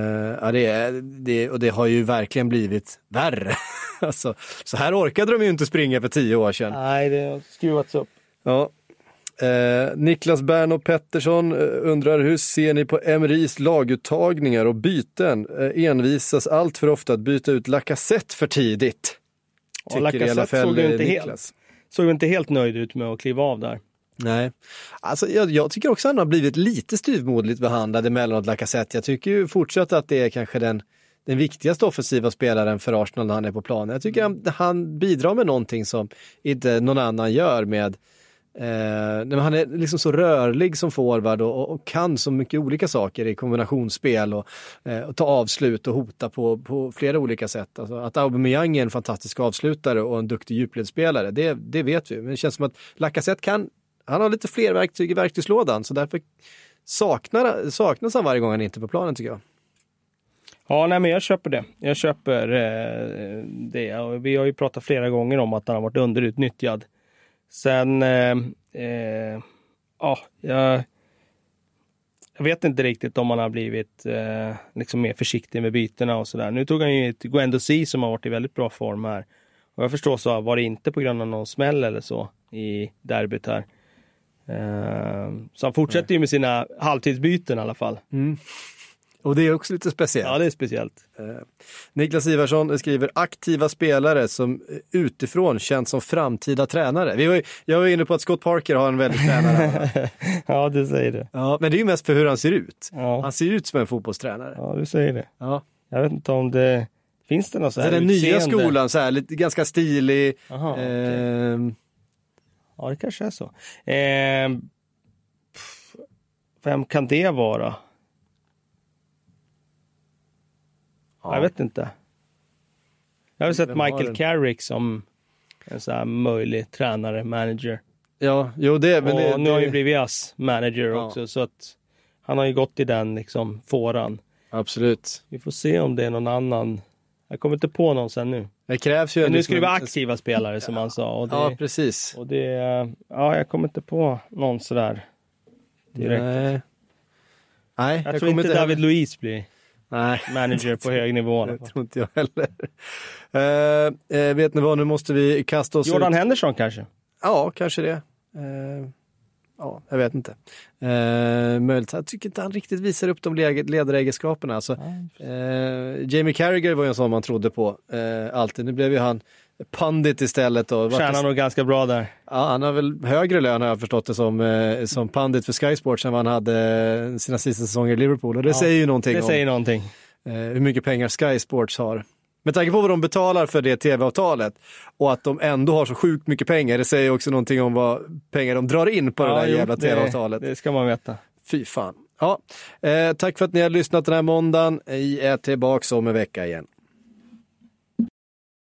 ja det, är, det, och det har ju verkligen blivit värre. Alltså, så här orkade de ju inte springa för tio år sedan. Nej, det har skruvats upp. Ja. Uh, Niklas Bern och Pettersson undrar hur ser ni på Emerys laguttagningar och byten? Uh, envisas allt för ofta att byta ut Lacazette för tidigt. Ja, Lacazette såg ju inte helt, såg inte helt nöjd ut med att kliva av där. Nej, alltså jag, jag tycker också att han har blivit lite styvmoderligt behandlad emellanåt Lacazette. Jag tycker ju fortsatt att det är kanske den, den viktigaste offensiva spelaren för Arsenal när han är på planen. Jag tycker han, han bidrar med någonting som inte någon annan gör med Eh, han är liksom så rörlig som forward och, och kan så mycket olika saker i kombinationsspel och, eh, och ta avslut och hota på, på flera olika sätt. Alltså, att Aubameyang är en fantastisk avslutare och en duktig djupledsspelare, det, det vet vi. Men det känns som att Lacazette kan, han har lite fler verktyg i verktygslådan så därför saknar, saknas han varje gång han är inte på planen tycker jag. Ja, nej, men jag köper det. Jag köper eh, det. Och vi har ju pratat flera gånger om att han har varit underutnyttjad. Sen, eh, eh, ja, jag, jag vet inte riktigt om man har blivit eh, liksom mer försiktig med bytena och sådär. Nu tog han ju ett Guendouzi som har varit i väldigt bra form här. Och jag förstår så var det inte på grund av någon smäll eller så i derbyt här. Eh, så han fortsätter ju med sina halvtidsbyten i alla fall. Mm. Och det är också lite speciellt. Ja, det är speciellt. Eh, Niklas Ivarsson skriver aktiva spelare som utifrån känns som framtida tränare. Vi var ju, jag var inne på att Scott Parker har en väldigt tränare. Ja, du säger det. Ja, men det är ju mest för hur han ser ut. Ja. Han ser ut som en fotbollstränare. Ja, du säger det. Ja. Jag vet inte om det finns det något så här så den utseende. nya skolan så här, lite, ganska stilig. Aha, okay. eh, Ja, det kanske är så. Eh, pff, vem kan det vara? ja. Jag vet inte. Jag har sett Vem har Michael den? Carrick som en så här möjlig tränare, manager. Ja, jo det. Men och det, nu det... har ju blivit ass manager Ja. också, så att han har ju gått i den liksom fåran. Absolut. Vi får se om det är någon annan. Jag kommer inte på någon sen nu. Det krävs ju. Men nu liksom ska det vara en- aktiva spelare som han sa. Och det, Ja, precis. och det, ja, jag kommer inte på någon sådär direkt. Nej. Nej, Jag, tror inte heller- David Luiz blir Nej. manager på hög nivå. Det tror inte jag heller. Uh, uh, vet ni vad, nu måste vi kasta oss Jordan ut. Henderson kanske? Ja, kanske det. Uh, ja, jag vet inte. Uh, möjligt. Jag tycker inte han riktigt visar upp de ledaregenskaperna. Alltså, uh, Jamie Carragher var ju en sån man trodde på uh, alltid. Nu blev ju han pandit istället. Då. Tjänar nog ganska bra där. Ja, han har väl högre lön har jag förstått det som, eh, som pandit för Sky Sports än vad han hade sina sista säsonger i Liverpool. Och det Ja, säger ju någonting Det om säger någonting. eh, hur mycket pengar Sky Sports har. Med tanke på vad de betalar för det tv-avtalet och att de ändå har så sjukt mycket pengar, det säger också någonting om vad pengar de drar in på Ja, det där jo, jävla det- tv-avtalet. Det ska man veta. Fy fan. Ja, eh, tack för att ni har lyssnat den här måndagen. Vi är tillbaka om en vecka igen.